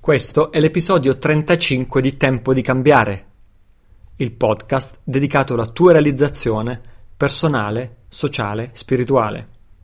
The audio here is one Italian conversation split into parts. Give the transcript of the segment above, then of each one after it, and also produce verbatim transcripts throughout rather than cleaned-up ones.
Questo è l'episodio trentacinque di Tempo di cambiare, il podcast dedicato alla tua realizzazione personale, sociale, spirituale.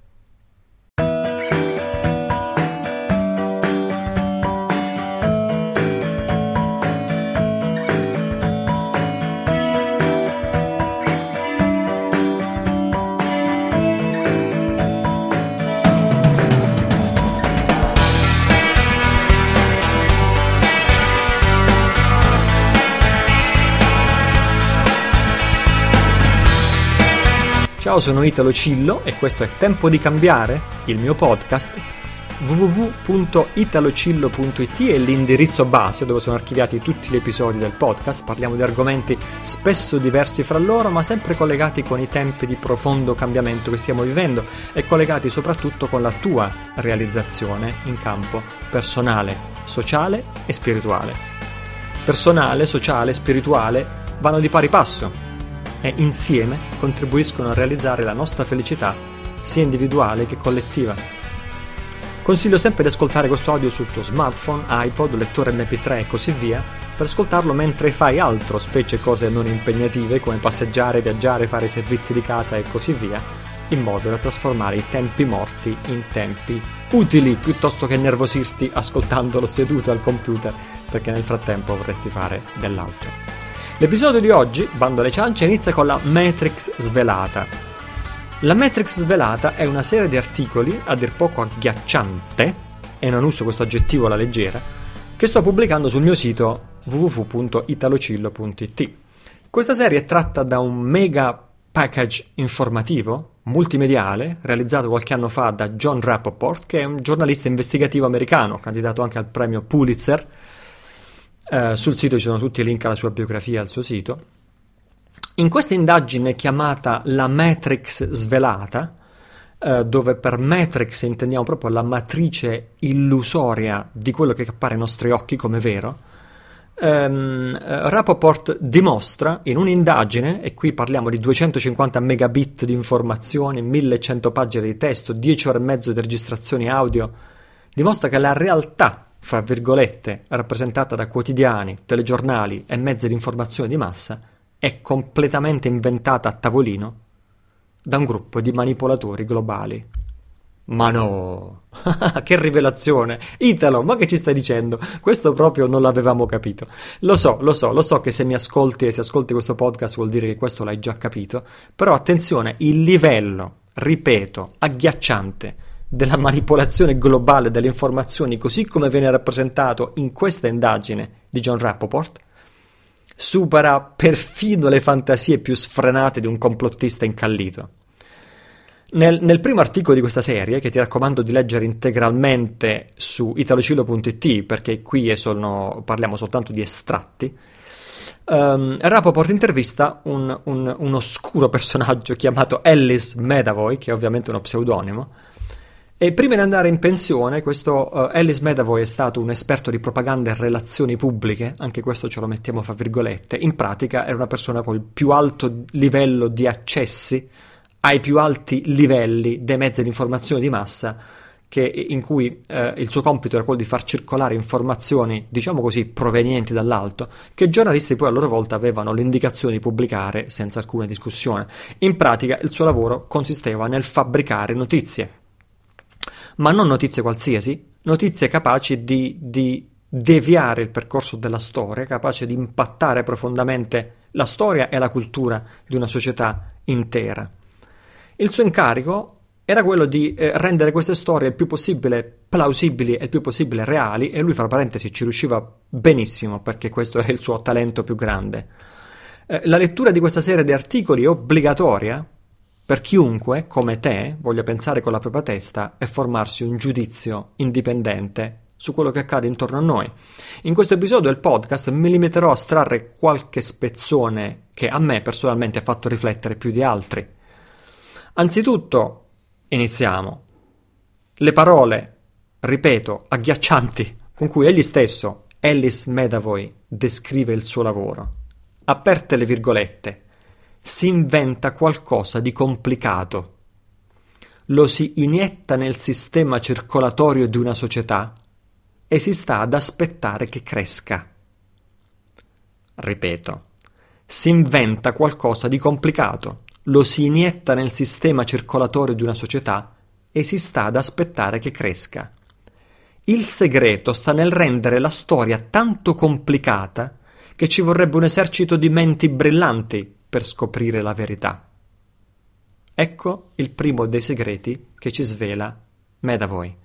Ciao, sono Italo Cillo e questo è Tempo di cambiare, il mio podcast. w w w punto italocillo punto i t è l'indirizzo base dove sono archiviati tutti gli episodi del podcast. Parliamo di argomenti spesso diversi fra loro, ma sempre collegati con i tempi di profondo cambiamento che stiamo vivendo e collegati soprattutto con la tua realizzazione in campo personale, sociale e spirituale. Personale, sociale e spirituale vanno di pari passo e insieme contribuiscono a realizzare la nostra felicità sia individuale che collettiva. Consiglio sempre di ascoltare questo audio sul tuo smartphone, iPod, lettore emme pi tre e così via, per ascoltarlo mentre fai altro, specie cose non impegnative come passeggiare, viaggiare, fare i servizi di casa e così via, in modo da trasformare i tempi morti in tempi utili, piuttosto che nervosirti ascoltandolo seduto al computer, perché nel frattempo vorresti fare dell'altro. L'episodio di oggi, bando alle ciance, inizia con la Matrix svelata. La Matrix svelata è una serie di articoli, a dir poco agghiacciante, e non uso questo aggettivo alla leggera, che sto pubblicando sul mio sito w w w punto italocillo punto i t. Questa serie è tratta da un mega package informativo, multimediale, realizzato qualche anno fa da Jon Rappoport, che è un giornalista investigativo americano, candidato anche al premio Pulitzer. Uh, sul sito ci sono tutti i link alla sua biografia, al suo sito. In questa indagine chiamata La Matrix svelata, uh, dove per Matrix intendiamo proprio la matrice illusoria di quello che appare ai nostri occhi come vero, um, uh, Rappoport dimostra in un'indagine, e qui parliamo di duecentocinquanta megabit di informazioni, millecento pagine di testo, dieci ore e mezzo di registrazioni audio, dimostra che la realtà, fra virgolette, rappresentata da quotidiani, telegiornali e mezzi di informazione di massa, è completamente inventata a tavolino da un gruppo di manipolatori globali. Ma no! Che rivelazione! Italo, ma che ci stai dicendo? Questo proprio non l'avevamo capito. Lo so, lo so, lo so che se mi ascolti e se ascolti questo podcast vuol dire che questo l'hai già capito, però attenzione, il livello, ripeto, agghiacciante della manipolazione globale delle informazioni, così come viene rappresentato in questa indagine di Jon Rappoport, supera perfino le fantasie più sfrenate di un complottista incallito. Nel, nel primo articolo di questa serie, che ti raccomando di leggere integralmente su italocillo punto i t, perché qui sono, parliamo soltanto di estratti, um, Rappoport intervista un, un, un oscuro personaggio chiamato Alice Medavoy, che è ovviamente uno pseudonimo. E prima di andare in pensione, questo uh, Alice Medavoy è stato un esperto di propaganda e relazioni pubbliche, anche questo ce lo mettiamo fra virgolette. In pratica era una persona col più alto livello di accessi ai più alti livelli dei mezzi di informazione di massa, che, in cui uh, il suo compito era quello di far circolare informazioni, diciamo così, provenienti dall'alto, che i giornalisti poi a loro volta avevano l'indicazione di pubblicare senza alcuna discussione. In pratica il suo lavoro consisteva nel fabbricare notizie. Ma non notizie qualsiasi, notizie capaci di, di deviare il percorso della storia, capaci di impattare profondamente la storia e la cultura di una società intera. Il suo incarico era quello di eh, rendere queste storie il più possibile plausibili e il più possibile reali, e lui, fra parentesi, ci riusciva benissimo, perché questo è il suo talento più grande. Eh, la lettura di questa serie di articoli è obbligatoria per chiunque, come te, voglia pensare con la propria testa e formarsi un giudizio indipendente su quello che accade intorno a noi. In questo episodio del podcast mi limiterò a estrarre qualche spezzone che a me personalmente ha fatto riflettere più di altri. Anzitutto, iniziamo. Le parole, ripeto, agghiaccianti, con cui egli stesso, Alice Medavoy, descrive il suo lavoro. Aperte le virgolette. Si inventa qualcosa di complicato, lo si inietta nel sistema circolatorio di una società e si sta ad aspettare che cresca. Ripeto, si inventa qualcosa di complicato, lo si inietta nel sistema circolatorio di una società e si sta ad aspettare che cresca. Il segreto sta nel rendere la storia tanto complicata che ci vorrebbe un esercito di menti brillanti per scoprire la verità. Ecco il primo dei segreti che ci svela Me da Voi.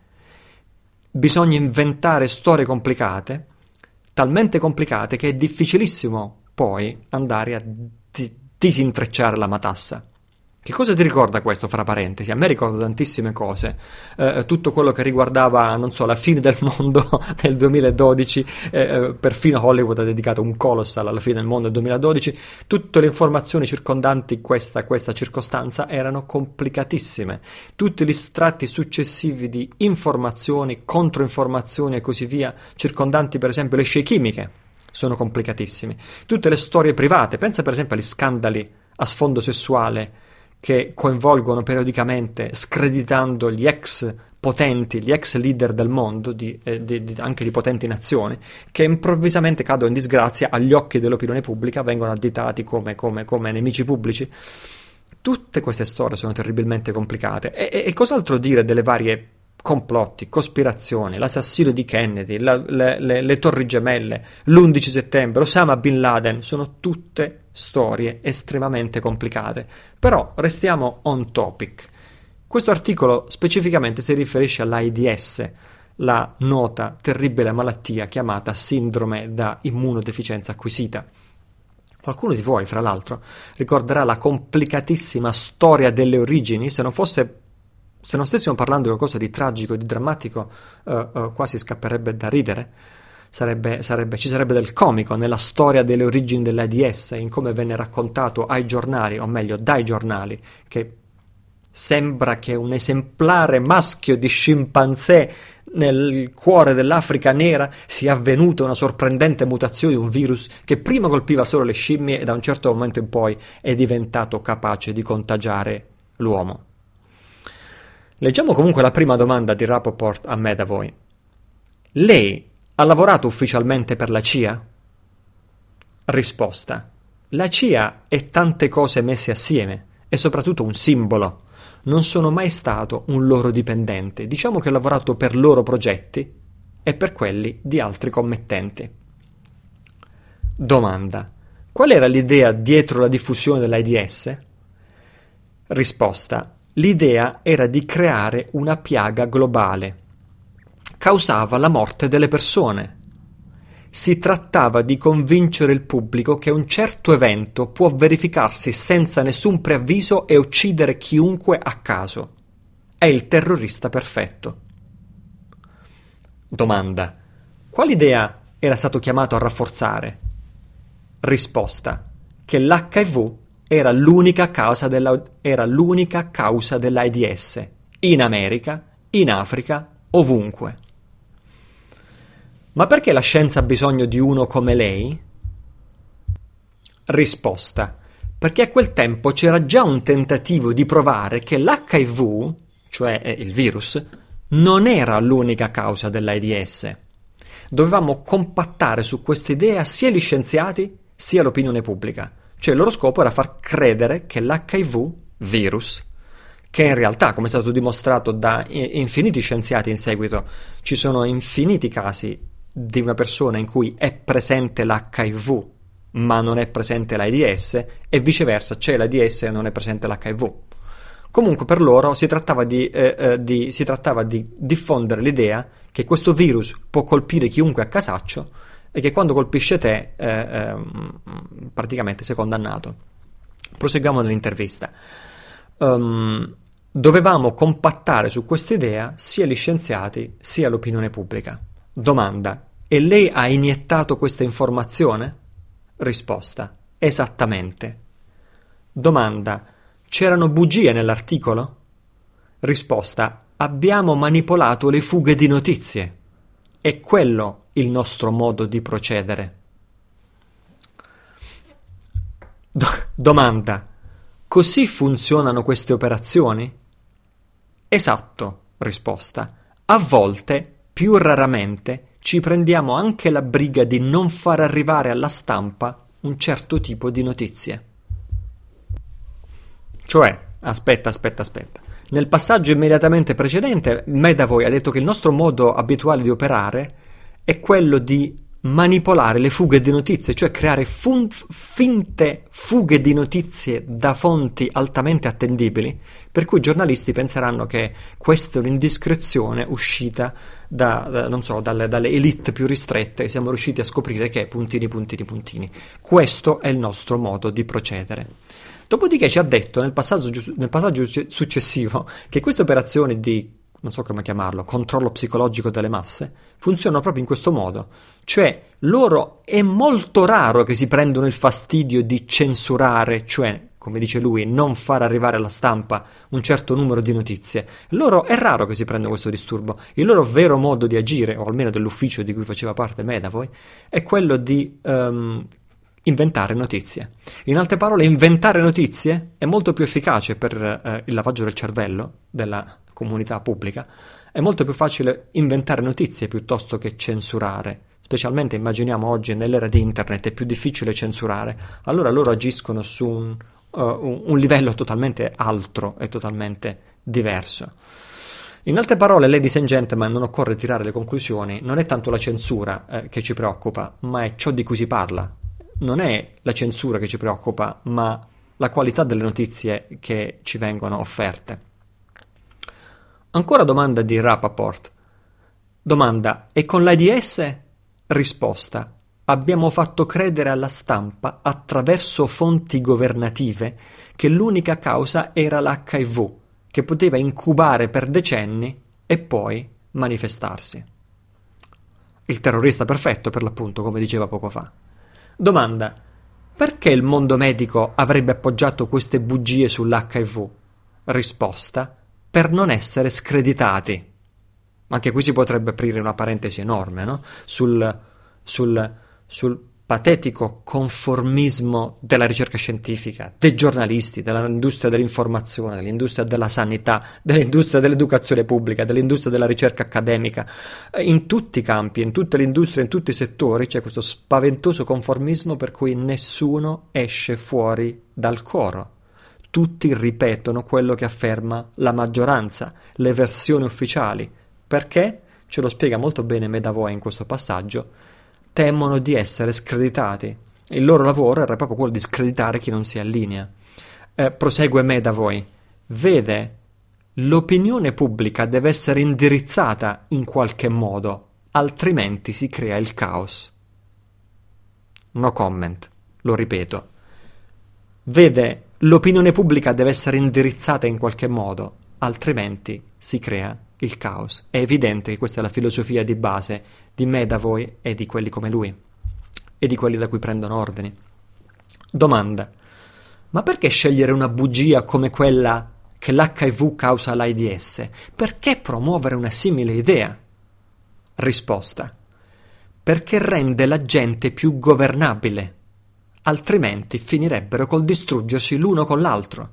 Bisogna inventare storie complicate, talmente complicate che è difficilissimo poi andare a di- disintrecciare la matassa. Che cosa ti ricorda questo, fra parentesi? A me ricorda tantissime cose, eh, tutto quello che riguardava, non so, la fine del mondo nel duemiladodici, eh, perfino Hollywood ha dedicato un colossal alla fine del mondo nel duemiladodici, tutte le informazioni circondanti questa, questa circostanza erano complicatissime, tutti gli strati successivi di informazioni, controinformazioni e così via, circondanti per esempio le scie chimiche, sono complicatissimi, tutte le storie private, pensa per esempio agli scandali a sfondo sessuale che coinvolgono periodicamente, screditando gli ex potenti, gli ex leader del mondo, di, eh, di, di, anche di potenti nazioni, che improvvisamente cadono in disgrazia agli occhi dell'opinione pubblica, vengono additati come, come, come nemici pubblici. Tutte queste storie sono terribilmente complicate. E, e, e cos'altro dire delle varie complotti, cospirazioni, l'assassinio di Kennedy, la, le, le, le torri gemelle, l'undici settembre, Osama Bin Laden, sono tutte storie estremamente complicate. Però restiamo on topic. Questo articolo specificamente si riferisce all'AIDS, la nota terribile malattia chiamata sindrome da immunodeficienza acquisita. Qualcuno di voi, fra l'altro, ricorderà la complicatissima storia delle origini, se non fosse Se non stessimo parlando di qualcosa di tragico, di drammatico, uh, uh, quasi scapperebbe da ridere. Sarebbe, sarebbe, ci sarebbe del comico nella storia delle origini dell'AIDS, in come venne raccontato ai giornali, o meglio dai giornali, che sembra che un esemplare maschio di scimpanzé nel cuore dell'Africa nera sia avvenuta una sorprendente mutazione di un virus che prima colpiva solo le scimmie e da un certo momento in poi è diventato capace di contagiare l'uomo. Leggiamo comunque la prima domanda di Rapoport a Me da Voi. Lei ha lavorato ufficialmente per la C I A? Risposta. La C I A è tante cose messe assieme, è soprattutto un simbolo. Non sono mai stato un loro dipendente, diciamo che ho lavorato per loro progetti e per quelli di altri commettenti. Domanda. Qual era l'idea dietro la diffusione dell'AIDS? Risposta. L'idea era di creare una piaga globale. Causava la morte delle persone. Si trattava di convincere il pubblico che un certo evento può verificarsi senza nessun preavviso e uccidere chiunque a caso. È il terrorista perfetto. Domanda. Quale idea era stato chiamato a rafforzare? Risposta. Che l'H I V era l'unica causa della, era l'unica causa dell'AIDS, in America, in Africa, ovunque. Ma perché la scienza ha bisogno di uno come lei? Risposta. Perché a quel tempo c'era già un tentativo di provare che l'H I V, cioè il virus, non era l'unica causa dell'AIDS. Dovevamo compattare su questa idea sia gli scienziati sia l'opinione pubblica. Cioè il loro scopo era far credere che l'H I V, virus, che in realtà, come è stato dimostrato da infiniti scienziati in seguito, ci sono infiniti casi di una persona in cui è presente l'H I V ma non è presente l'AIDS e viceversa, c'è l'AIDS e non è presente l'H I V. Comunque per loro si trattava di, eh, eh, di, si trattava di diffondere l'idea che questo virus può colpire chiunque a casaccio e che quando colpisce te eh, eh, praticamente sei condannato. Proseguiamo nell'intervista. Um, dovevamo compattare su questa idea sia gli scienziati sia l'opinione pubblica. Domanda: e lei ha iniettato questa informazione? Risposta: esattamente. Domanda: c'erano bugie nell'articolo? Risposta: abbiamo manipolato le fughe di notizie. È quello il nostro modo di procedere. Do- domanda: così funzionano queste operazioni? Esatto. Risposta: a volte, più raramente, ci prendiamo anche la briga di non far arrivare alla stampa un certo tipo di notizie. Cioè, aspetta, aspetta, aspetta. Nel passaggio immediatamente precedente, Medavoy ha detto che il nostro modo abituale di operare è quello di manipolare le fughe di notizie, cioè creare fun- finte fughe di notizie da fonti altamente attendibili, per cui i giornalisti penseranno che questa è un'indiscrezione uscita da, da non so, dalle, dalle elite più ristrette, e siamo riusciti a scoprire che puntini, puntini, puntini. Questo è il nostro modo di procedere. Dopodiché ci ha detto nel passaggio, nel passaggio successivo che queste operazioni di, non so come chiamarlo, controllo psicologico delle masse, funzionano proprio in questo modo. Cioè, loro è molto raro che si prendono il fastidio di censurare, cioè, come dice lui, non far arrivare alla stampa un certo numero di notizie. Loro è raro che si prendono questo disturbo. Il loro vero modo di agire, o almeno dell'ufficio di cui faceva parte Medavoy, è quello di um, inventare notizie. In altre parole, inventare notizie è molto più efficace per eh, il lavaggio del cervello della comunità pubblica. È molto più facile inventare notizie piuttosto che censurare. Specialmente, immaginiamo, oggi nell'era di internet è più difficile censurare. Allora loro agiscono su un, uh, un livello totalmente altro e totalmente diverso. In altre parole, ladies and gentlemen, non occorre tirare le conclusioni. Non è tanto la censura eh, che ci preoccupa, ma è ciò di cui si parla. Non è la censura che ci preoccupa, ma la qualità delle notizie che ci vengono offerte. Ancora domanda di Rapaport. Domanda: e con l'AIDS? Risposta: abbiamo fatto credere alla stampa attraverso fonti governative che l'unica causa era l'H I V, che poteva incubare per decenni e poi manifestarsi. Il terrorista perfetto, per l'appunto, come diceva poco fa. Domanda: perché il mondo medico avrebbe appoggiato queste bugie sull'H I V? Risposta: per non essere screditati. Anche qui si potrebbe aprire una parentesi enorme, no? Sul, sul, sul patetico conformismo della ricerca scientifica, dei giornalisti, dell'industria dell'informazione, dell'industria della sanità, dell'industria dell'educazione pubblica, dell'industria della ricerca accademica. In tutti i campi, in tutte le industrie, in tutti i settori c'è questo spaventoso conformismo per cui nessuno esce fuori dal coro. Tutti ripetono quello che afferma la maggioranza, le versioni ufficiali. Perché? Ce lo spiega molto bene Medavoy in questo passaggio. Temono di essere screditati. Il loro lavoro era proprio quello di screditare chi non si allinea. Eh, prosegue Medavoy. Vede, l'opinione pubblica deve essere indirizzata in qualche modo, altrimenti si crea il caos. No comment, lo ripeto. Vede, l'opinione pubblica deve essere indirizzata in qualche modo, altrimenti si crea il caos. È evidente che questa è la filosofia di base di Medavoy e di quelli come lui e di quelli da cui prendono ordini. Domanda: ma perché scegliere una bugia come quella che l'H I V causa l'AIDS? Perché promuovere una simile idea? Risposta: perché rende la gente più governabile, altrimenti finirebbero col distruggersi l'uno con l'altro.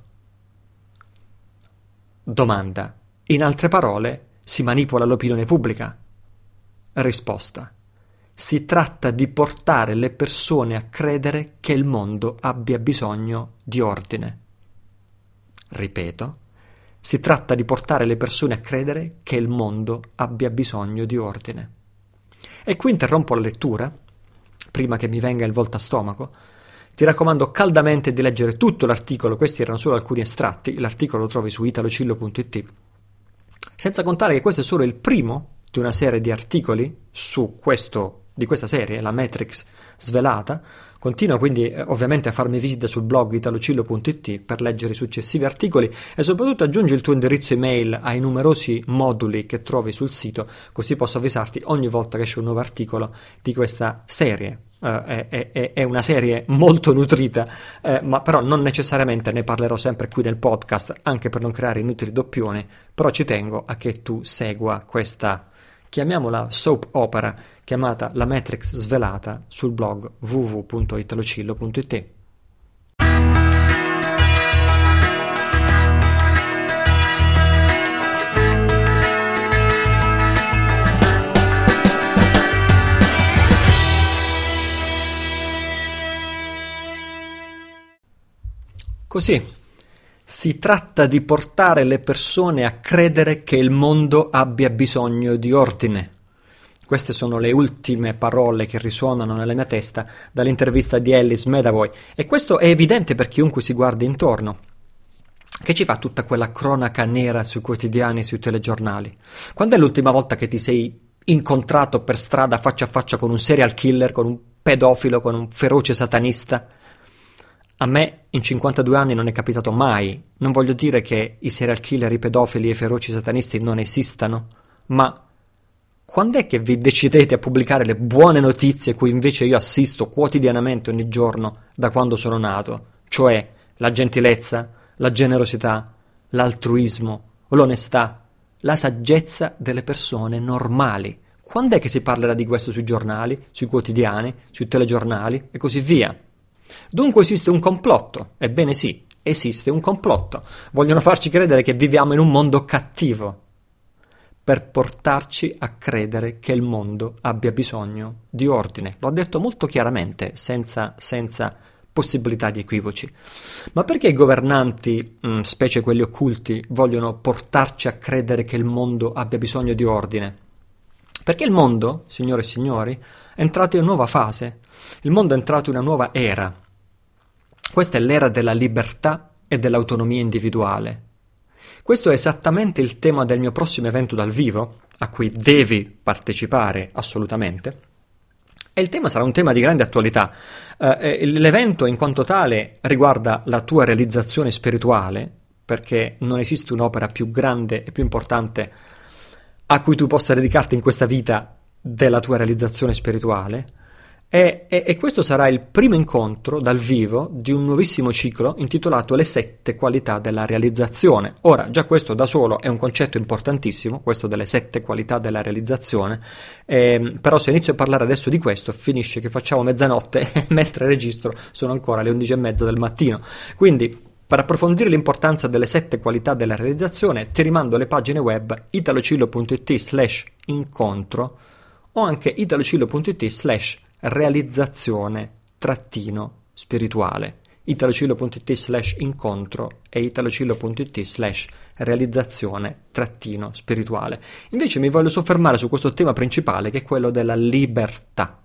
Domanda: in altre parole, si manipola l'opinione pubblica? Risposta: si tratta di portare le persone a credere che il mondo abbia bisogno di ordine. Ripeto, si tratta di portare le persone a credere che il mondo abbia bisogno di ordine. E qui interrompo la lettura, prima che mi venga il voltastomaco. Ti raccomando caldamente di leggere tutto l'articolo, questi erano solo alcuni estratti, l'articolo lo trovi su italocillo punto it. Senza contare che questo è solo il primo di una serie di articoli su questo, di questa serie, la Matrix svelata. Continua quindi eh, ovviamente a farmi visita sul blog italocillo punto it per leggere i successivi articoli e soprattutto aggiungi il tuo indirizzo email ai numerosi moduli che trovi sul sito, così posso avvisarti ogni volta che esce un nuovo articolo di questa serie. Uh, è, è, è una serie molto nutrita, eh, ma però non necessariamente ne parlerò sempre qui nel podcast, anche per non creare inutili doppioni, però ci tengo a che tu segua questa, chiamiamola soap opera, chiamata La Matrix svelata sul blog w w w punto italocillo punto it. Così, si tratta di portare le persone a credere che il mondo abbia bisogno di ordine. Queste sono le ultime parole che risuonano nella mia testa dall'intervista di Alice Medavoy, e questo è evidente per chiunque si guardi intorno. Che ci fa tutta quella cronaca nera sui quotidiani, sui telegiornali? Quando è l'ultima volta che ti sei incontrato per strada faccia a faccia con un serial killer, con un pedofilo, con un feroce satanista? A me in cinquantadue anni non è capitato mai. Non voglio dire che i serial killer, i pedofili e i feroci satanisti non esistano, ma quando è che vi decidete a pubblicare le buone notizie cui invece io assisto quotidianamente ogni giorno da quando sono nato? Cioè la gentilezza, la generosità, l'altruismo, l'onestà, la saggezza delle persone normali. Quando è che si parlerà di questo sui giornali, sui quotidiani, sui telegiornali e così via? Dunque esiste un complotto. Ebbene sì, esiste un complotto. Vogliono farci credere che viviamo in un mondo cattivo, per portarci a credere che il mondo abbia bisogno di ordine. L'ho detto molto chiaramente, senza, senza possibilità di equivoci. Ma perché i governanti, mh, specie quelli occulti, vogliono portarci a credere che il mondo abbia bisogno di ordine? Perché il mondo, signore e signori, è entrato in una nuova fase. Il mondo è entrato in una nuova era. Questa è l'era della libertà e dell'autonomia individuale. Questo è esattamente il tema del mio prossimo evento dal vivo, a cui devi partecipare assolutamente. E il tema sarà un tema di grande attualità. Eh, l'evento in quanto tale riguarda la tua realizzazione spirituale, perché non esiste un'opera più grande e più importante a cui tu possa dedicarti in questa vita della tua realizzazione spirituale. E, e, e questo sarà il primo incontro dal vivo di un nuovissimo ciclo intitolato Le sette qualità della realizzazione. Ora, già questo da solo è un concetto importantissimo, questo delle sette qualità della realizzazione, eh, però se inizio a parlare adesso di questo finisce che facciamo mezzanotte e mentre registro sono ancora le undici e mezza del mattino. Quindi, per approfondire l'importanza delle sette qualità della realizzazione, ti rimando alle pagine web italocillo.it slash incontro o anche italocillo.it slash realizzazione trattino spirituale, italocillo.it slash incontro e italocillo.it slash realizzazione trattino spirituale. Invece mi voglio soffermare su questo tema principale, che è quello della libertà.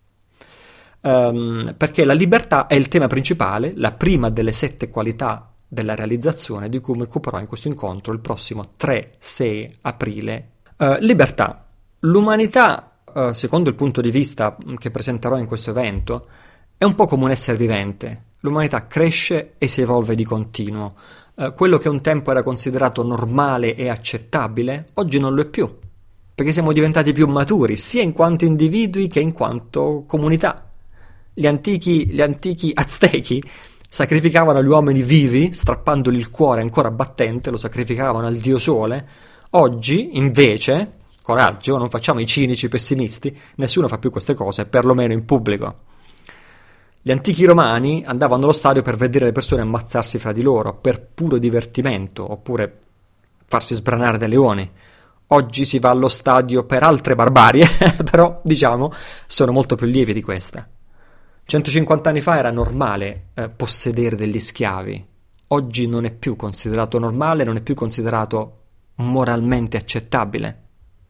Um, perché la libertà è il tema principale, la prima delle sette qualità della realizzazione, di cui mi occuperò in questo incontro il prossimo tre sei aprile. Uh, libertà. L'umanità, Uh, secondo il punto di vista che presenterò in questo evento, è un po' come un essere vivente. L'umanità cresce e si evolve di continuo. Uh, quello che un tempo era considerato normale e accettabile, oggi non lo è più, perché siamo diventati più maturi, sia in quanto individui che in quanto comunità. Gli antichi, gli antichi aztechi sacrificavano gli uomini vivi, strappandogli il cuore ancora battente, lo sacrificavano al dio sole. Oggi, invece, coraggio, non facciamo i cinici pessimisti, nessuno fa più queste cose, perlomeno in pubblico. Gli antichi romani andavano allo stadio per vedere le persone ammazzarsi fra di loro, per puro divertimento, oppure farsi sbranare dai leoni. Oggi si va allo stadio per altre barbarie, però, diciamo, sono molto più lievi di questa. centocinquanta anni fa era normale eh, possedere degli schiavi. Oggi non è più considerato normale, non è più considerato moralmente accettabile.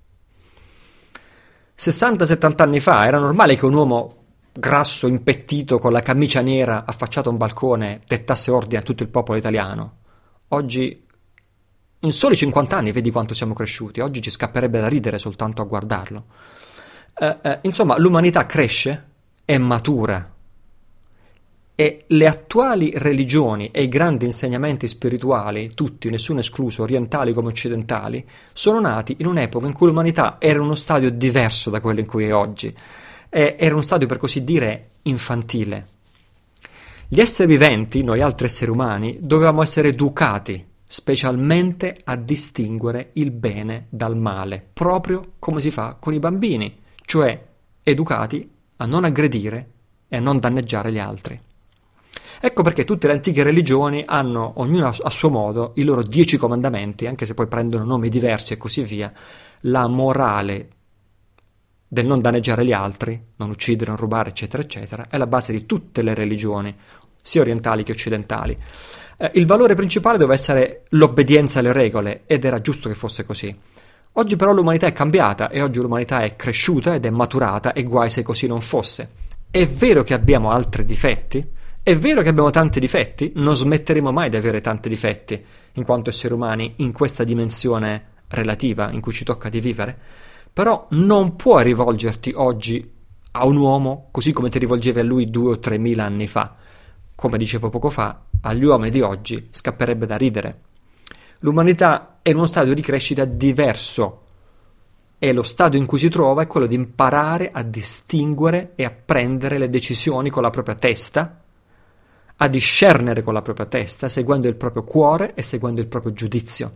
sessanta settanta anni fa era normale che un uomo grasso, impettito, con la camicia nera affacciato a un balcone dettasse ordine a tutto il popolo italiano. Oggi, in soli cinquanta anni, vedi quanto siamo cresciuti. Oggi ci scapperebbe da ridere soltanto a guardarlo. Eh, eh, insomma, l'umanità cresce, è matura. E le attuali religioni e i grandi insegnamenti spirituali, tutti, nessuno escluso, orientali come occidentali, sono nati in un'epoca in cui l'umanità era in uno stadio diverso da quello in cui è oggi. E era uno stadio, per così dire, infantile. Gli esseri viventi, noi altri esseri umani, dovevamo essere educati specialmente a distinguere il bene dal male, proprio come si fa con i bambini, cioè educati a non aggredire e a non danneggiare gli altri. Ecco perché tutte le antiche religioni hanno, ognuna a suo modo, i loro dieci comandamenti, anche se poi prendono nomi diversi e così via. La morale del non danneggiare gli altri, non uccidere, non rubare, eccetera, eccetera, è la base di tutte le religioni, sia orientali che occidentali. Eh, il valore principale doveva essere l'obbedienza alle regole, ed era giusto che fosse così. Oggi però l'umanità è cambiata, e oggi l'umanità è cresciuta ed è maturata, e guai se così non fosse. È vero che abbiamo altri difetti, è vero che abbiamo tanti difetti, non smetteremo mai di avere tanti difetti, in quanto esseri umani, in questa dimensione relativa in cui ci tocca di vivere, però non puoi rivolgerti oggi a un uomo così come ti rivolgevi a lui due o tre mila anni fa. Come dicevo poco fa, agli uomini di oggi scapperebbe da ridere. L'umanità è in uno stadio di crescita diverso, e lo stadio in cui si trova è quello di imparare a distinguere e a prendere le decisioni con la propria testa, a discernere con la propria testa, seguendo il proprio cuore e seguendo il proprio giudizio.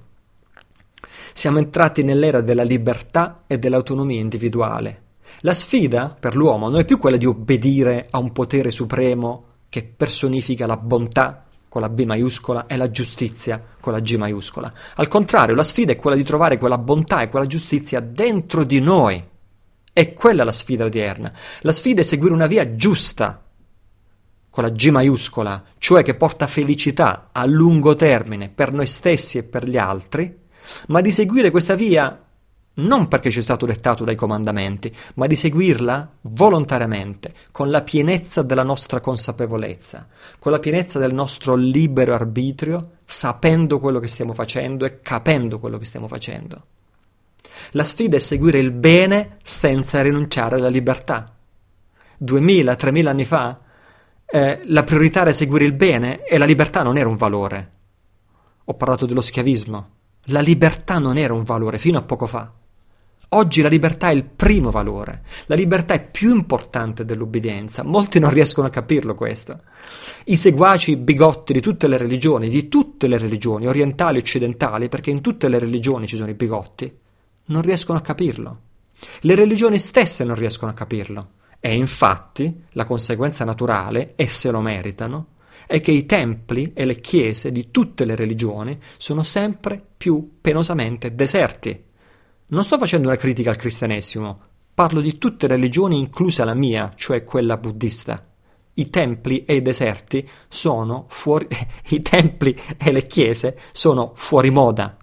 Siamo entrati nell'era della libertà e dell'autonomia individuale. La sfida per l'uomo non è più quella di obbedire a un potere supremo che personifica la bontà con la B maiuscola e la giustizia con la G maiuscola. Al contrario, la sfida è quella di trovare quella bontà e quella giustizia dentro di noi. È quella la sfida odierna. La sfida è seguire una via giusta con la G maiuscola, cioè che porta felicità a lungo termine per noi stessi e per gli altri, ma di seguire questa via non perché ci è stato dettato dai comandamenti, ma di seguirla volontariamente, con la pienezza della nostra consapevolezza, con la pienezza del nostro libero arbitrio, sapendo quello che stiamo facendo e capendo quello che stiamo facendo. La sfida è seguire il bene senza rinunciare alla libertà. Duemila, tremila anni fa eh, la priorità era seguire il bene e la libertà non era un valore. Ho parlato dello schiavismo. La libertà non era un valore fino a poco fa. Oggi la libertà è il primo valore. La libertà è più importante dell'obbedienza. Molti non riescono a capirlo questo. I seguaci bigotti di tutte le religioni, di tutte le religioni, orientali e occidentali, perché in tutte le religioni ci sono i bigotti, non riescono a capirlo. Le religioni stesse non riescono a capirlo. E infatti la conseguenza naturale, e se lo meritano, è che i templi e le chiese di tutte le religioni sono sempre più penosamente deserti. Non sto facendo una critica al cristianesimo, parlo di tutte le religioni inclusa la mia, cioè quella buddista. I templi e i deserti sono fuori, i templi e le chiese sono fuori moda.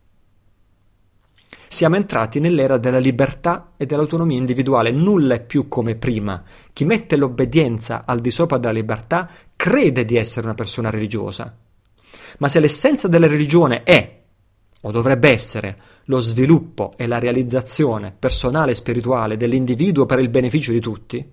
Siamo entrati nell'era della libertà e dell'autonomia individuale, nulla è più come prima. Chi mette l'obbedienza al di sopra della libertà crede di essere una persona religiosa. Ma se l'essenza della religione è, o dovrebbe essere, lo sviluppo e la realizzazione personale e spirituale dell'individuo per il beneficio di tutti,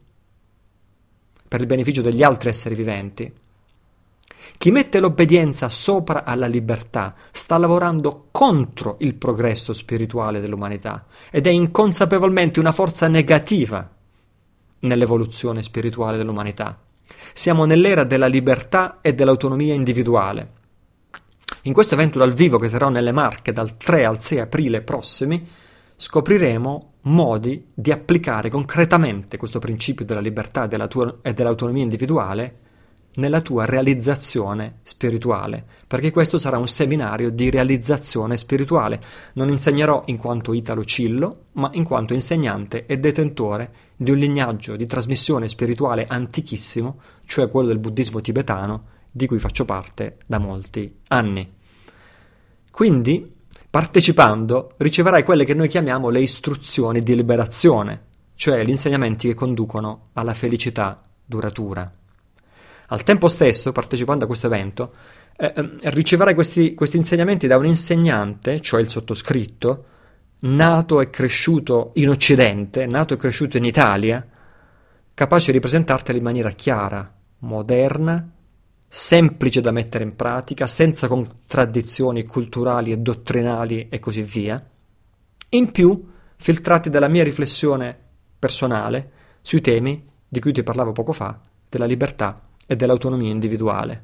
per il beneficio degli altri esseri viventi, chi mette l'obbedienza sopra alla libertà sta lavorando contro il progresso spirituale dell'umanità ed è inconsapevolmente una forza negativa nell'evoluzione spirituale dell'umanità. Siamo nell'era della libertà e dell'autonomia individuale. In questo evento dal vivo che terrò nelle Marche dal tre al sei aprile prossimi, scopriremo modi di applicare concretamente questo principio della libertà e, della tua, e dell'autonomia individuale nella tua realizzazione spirituale, perché questo sarà un seminario di realizzazione spirituale. Non insegnerò in quanto Italo Cillo, ma in quanto insegnante e detentore di un lignaggio di trasmissione spirituale antichissimo, cioè quello del buddismo tibetano, di cui faccio parte da molti anni. Quindi, partecipando, riceverai quelle che noi chiamiamo le istruzioni di liberazione, cioè gli insegnamenti che conducono alla felicità duratura. Al tempo stesso, partecipando a questo evento, eh, riceverai questi, questi insegnamenti da un insegnante, cioè il sottoscritto, nato e cresciuto in Occidente, nato e cresciuto in Italia, capace di presentarteli in maniera chiara, moderna, semplice da mettere in pratica, senza contraddizioni culturali e dottrinali e così via, in più filtrati dalla mia riflessione personale sui temi di cui ti parlavo poco fa, della libertà e dell'autonomia individuale.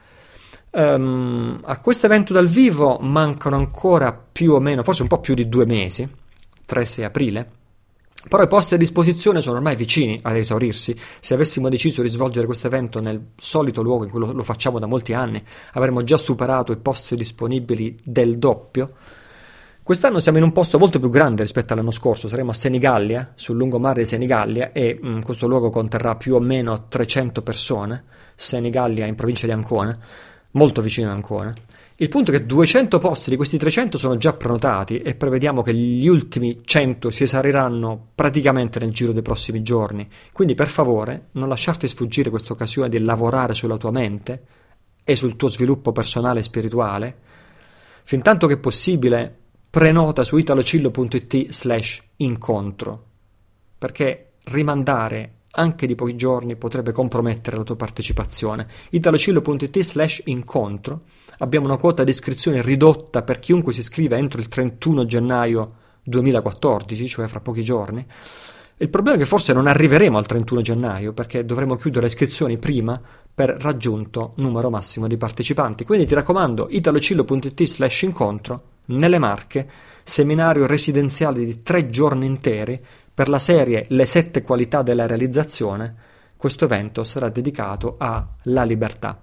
Um, a questo evento dal vivo mancano ancora più o meno, forse un po' più di due mesi, tre sei aprile, però i posti a disposizione sono ormai vicini ad esaurirsi. Se avessimo deciso di svolgere questo evento nel solito luogo in cui lo, lo facciamo da molti anni, avremmo già superato i posti disponibili del doppio. Quest'anno siamo in un posto molto più grande rispetto all'anno scorso, saremo a Senigallia, sul lungomare di Senigallia, e mh, questo luogo conterrà più o meno trecento persone. Senigallia in provincia di Ancona, molto vicino a Ancona. Il punto è che duecento posti di questi trecento sono già prenotati e prevediamo che gli ultimi cento si esauriranno praticamente nel giro dei prossimi giorni. Quindi per favore non lasciarti sfuggire questa occasione di lavorare sulla tua mente e sul tuo sviluppo personale e spirituale. Fintanto che è possibile, prenota su italocillo.it slash incontro, perché rimandare anche di pochi giorni potrebbe compromettere la tua partecipazione. italocillo.it slash incontro. Abbiamo una quota di iscrizione ridotta per chiunque si iscrive entro il trentuno gennaio duemilaquattordici, cioè fra pochi giorni. Il problema è che forse non arriveremo al trentuno gennaio, perché dovremo chiudere le iscrizioni prima per raggiunto numero massimo di partecipanti. Quindi ti raccomando, italocillo.it slash incontro, nelle Marche, seminario residenziale di tre giorni interi per la serie Le sette qualità della realizzazione. Questo evento sarà dedicato alla libertà.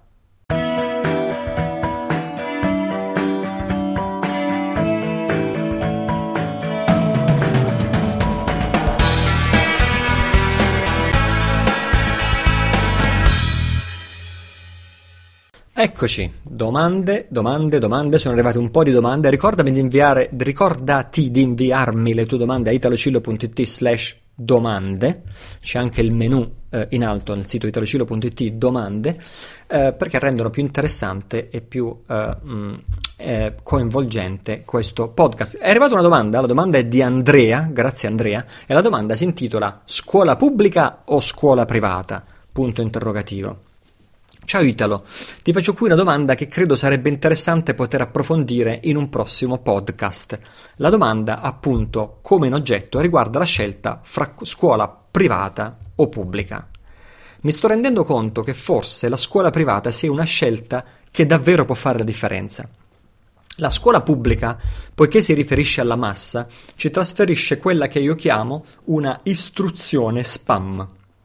Eccoci, domande, domande, domande, sono arrivate un po' di domande. Ricordami di inviare, ricordati di inviarmi le tue domande a italocillo.it slash domande, c'è anche il menu eh, in alto nel sito italocillo.it domande, eh, perché rendono più interessante e più eh, mh, eh, coinvolgente questo podcast. È arrivata una domanda, la domanda è di Andrea, grazie Andrea, e la domanda si intitola: scuola pubblica o scuola privata? Punto interrogativo. Ciao Italo, ti faccio qui una domanda che credo sarebbe interessante poter approfondire in un prossimo podcast. La domanda, appunto, come in oggetto, riguarda la scelta fra scuola privata o pubblica. Mi sto rendendo conto che forse la scuola privata sia una scelta che davvero può fare la differenza. La scuola pubblica, poiché si riferisce alla massa, ci trasferisce quella che io chiamo una istruzione spam.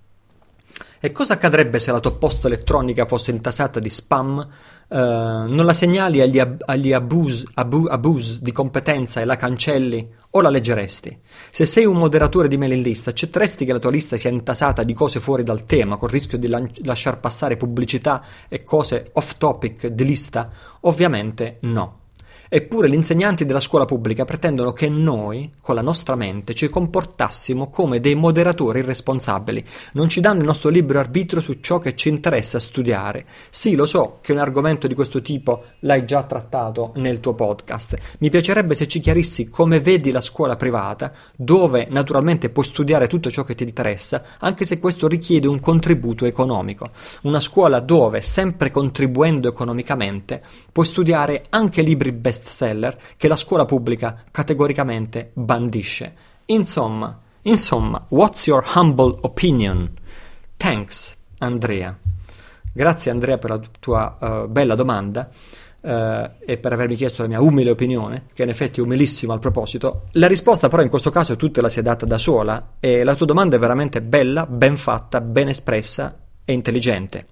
E cosa accadrebbe se la tua posta elettronica fosse intasata di spam? Uh, non la segnali agli, ab- agli abuse, abu- abuse di competenza e la cancelli o la leggeresti? Se sei un moderatore di mailing list, accetteresti che la tua lista sia intasata di cose fuori dal tema, col rischio di lan- lasciar passare pubblicità e cose off topic di lista? Ovviamente no. Eppure gli insegnanti della scuola pubblica pretendono che noi, con la nostra mente, ci comportassimo come dei moderatori irresponsabili. Non ci danno il nostro libero arbitrio su ciò che ci interessa studiare. Sì, lo so che un argomento di questo tipo l'hai già trattato nel tuo podcast. Mi piacerebbe se ci chiarissi come vedi la scuola privata, dove naturalmente puoi studiare tutto ciò che ti interessa, anche se questo richiede un contributo economico. Una scuola dove, sempre contribuendo economicamente, puoi studiare anche libri best bestseller che la scuola pubblica categoricamente bandisce. Insomma, insomma, what's your humble opinion? Thanks, Andrea. Grazie Andrea per la tua uh, bella domanda uh, e per avermi chiesto la mia umile opinione, che in effetti è umilissima al proposito. La risposta però in questo caso tu te la sei data da sola e la tua domanda è veramente bella, ben fatta, ben espressa e intelligente.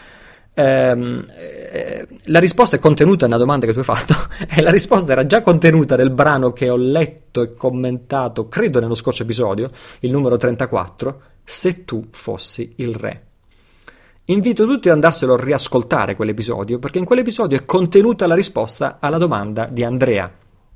Ehm, eh, la risposta è contenuta nella domanda che tu hai fatto e la risposta era già contenuta nel brano che ho letto e commentato, credo nello scorso episodio, il numero trentaquattro, Se tu fossi il re. Invito tutti ad andarselo a riascoltare quell'episodio, perché in quell'episodio è contenuta la risposta alla domanda di Andrea.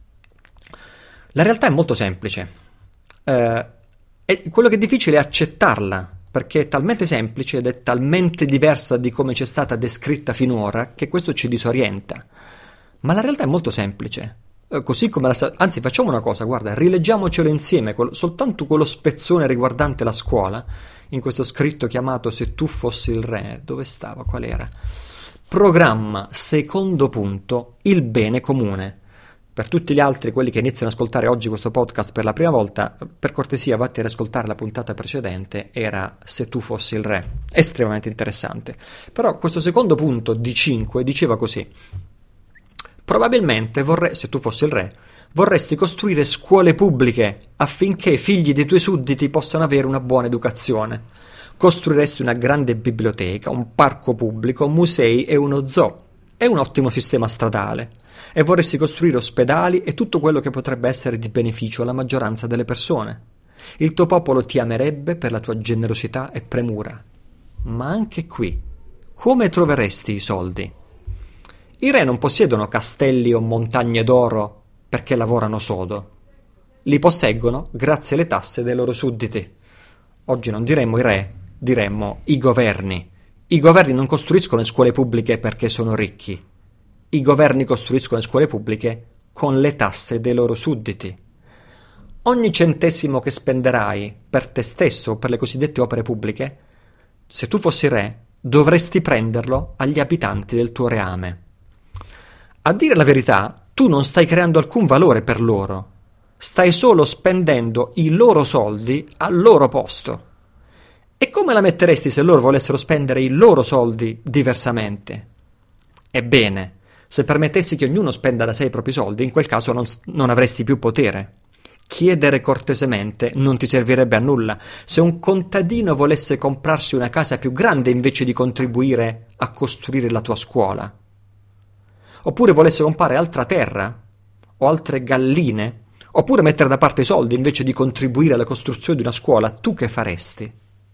La realtà è molto semplice, eh, e quello che è difficile è accettarla, perché è talmente semplice ed è talmente diversa di come ci è stata descritta finora che questo ci disorienta. Ma la realtà è molto semplice. Eh, così come la sta... Anzi, facciamo una cosa, guarda, rileggiamocelo insieme, quel... soltanto quello spezzone riguardante la scuola, in questo scritto chiamato Se tu fossi il re. Dove stava? Qual era? Programma, secondo punto, il bene comune. Per tutti gli altri, quelli che iniziano ad ascoltare oggi questo podcast per la prima volta, per cortesia vatti ad ascoltare la puntata precedente, era Se tu fossi il re. Estremamente interessante. Però questo secondo punto di cinque diceva così: probabilmente vorrei, se tu fossi il re, vorresti costruire scuole pubbliche affinché i figli dei tuoi sudditi possano avere una buona educazione. Costruiresti una grande biblioteca, un parco pubblico, musei e uno zoo. È un ottimo sistema stradale e vorresti costruire ospedali e tutto quello che potrebbe essere di beneficio alla maggioranza delle persone. Il tuo popolo ti amerebbe per la tua generosità e premura. Ma anche qui, come troveresti i soldi? I re non possiedono castelli o montagne d'oro perché lavorano sodo. Li posseggono grazie alle tasse dei loro sudditi. Oggi non diremmo i re, diremmo i governi. I governi non costruiscono le scuole pubbliche perché sono ricchi. I governi costruiscono le scuole pubbliche con le tasse dei loro sudditi. Ogni centesimo che spenderai per te stesso o per le cosiddette opere pubbliche, se tu fossi re, dovresti prenderlo agli abitanti del tuo reame. A dire la verità, tu non stai creando alcun valore per loro. Stai solo spendendo i loro soldi al loro posto. E come la metteresti se loro volessero spendere i loro soldi diversamente? Ebbene, se permettessi che ognuno spenda da sé i propri soldi, in quel caso non, non avresti più potere. Chiedere cortesemente non ti servirebbe a nulla. Se un contadino volesse comprarsi una casa più grande invece di contribuire a costruire la tua scuola, oppure volesse comprare altra terra o altre galline, oppure mettere da parte i soldi invece di contribuire alla costruzione di una scuola, tu che faresti?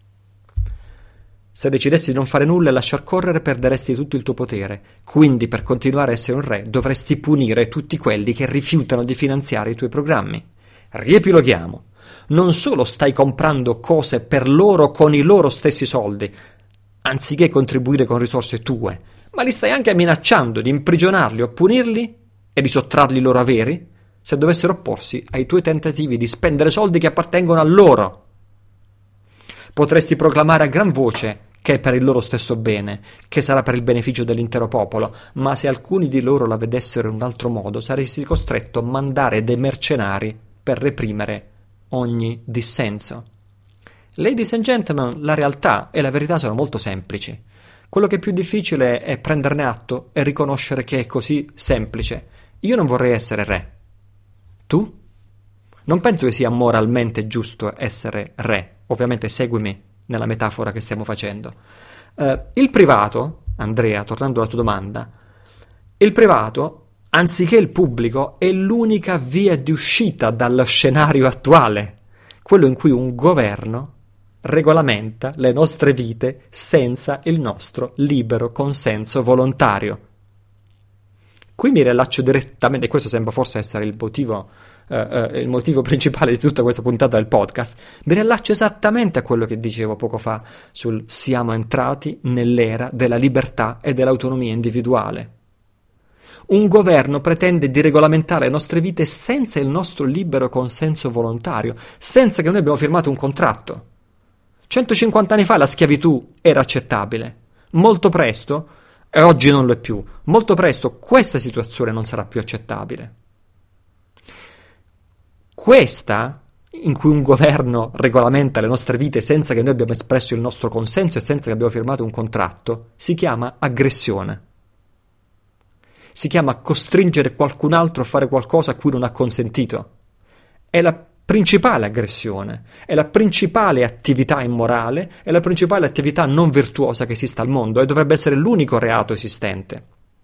Se decidessi di non fare nulla e lasciar correre, perderesti tutto il tuo potere. Quindi, per continuare a essere un re, dovresti punire tutti quelli che rifiutano di finanziare i tuoi programmi. Riepiloghiamo. Non solo stai comprando cose per loro con i loro stessi soldi, anziché contribuire con risorse tue, ma li stai anche minacciando di imprigionarli o punirli e di sottrarli i loro averi se dovessero opporsi ai tuoi tentativi di spendere soldi che appartengono a loro. Potresti proclamare a gran voce che è per il loro stesso bene, che sarà per il beneficio dell'intero popolo, ma se alcuni di loro la vedessero in un altro modo, saresti costretto a mandare dei mercenari per reprimere ogni dissenso. Ladies and gentlemen, la realtà e la verità sono molto semplici. Quello che è più difficile è prenderne atto e riconoscere che è così semplice. Io non vorrei essere re. Tu? Non penso che sia moralmente giusto essere re. Ovviamente seguimi nella metafora che stiamo facendo. Uh, il privato, Andrea, tornando alla tua domanda, il privato, anziché il pubblico, è l'unica via di uscita dallo scenario attuale, quello in cui un governo regolamenta le nostre vite senza il nostro libero consenso volontario. Qui mi rilaccio direttamente, e questo sembra forse essere il motivo, uh, uh, il motivo principale di tutta questa puntata del podcast, mi rilaccio esattamente a quello che dicevo poco fa sul siamo entrati nell'era della libertà e dell'autonomia individuale. Un governo pretende di regolamentare le nostre vite senza il nostro libero consenso volontario, senza che noi abbiamo firmato un contratto. centocinquanta anni fa la schiavitù era accettabile. Molto presto, e oggi non lo è più, molto presto questa situazione non sarà più accettabile. Questa, in cui un governo regolamenta le nostre vite senza che noi abbiamo espresso il nostro consenso e senza che abbiamo firmato un contratto, si chiama aggressione. Si chiama costringere qualcun altro a fare qualcosa a cui non ha consentito. È la principale aggressione, è la principale attività immorale, è la principale attività non virtuosa che esista al mondo e dovrebbe essere l'unico reato esistente.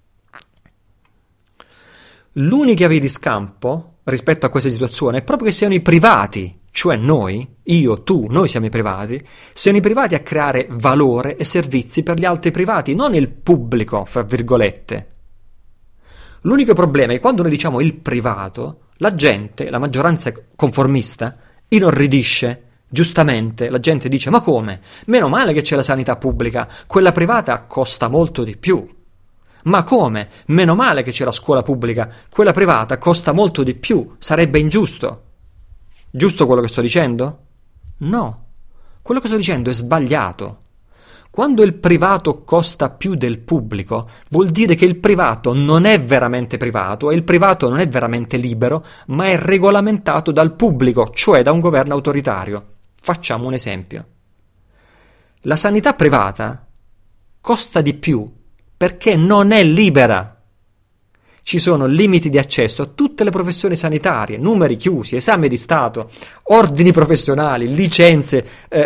L'unica via di scampo rispetto a questa situazione è proprio che siano i privati, cioè noi, io, tu, noi siamo i privati, siano i privati a creare valore e servizi per gli altri privati, non il pubblico, fra virgolette. L'unico problema è che quando noi diciamo il privato, la gente, la maggioranza conformista, inorridisce, giustamente, la gente dice ma come? Meno male che c'è la sanità pubblica, quella privata costa molto di più. Ma come? Meno male che c'è la scuola pubblica, quella privata costa molto di più, sarebbe ingiusto. Giusto quello che sto dicendo? No, quello che sto dicendo è sbagliato. Quando il privato costa più del pubblico, vuol dire che il privato non è veramente privato e il privato non è veramente libero, ma è regolamentato dal pubblico, cioè da un governo autoritario. Facciamo un esempio. La sanità privata costa di più perché non è libera. ci sono limiti di accesso a tutte le professioni sanitarie, numeri chiusi, esami di Stato, ordini professionali, licenze,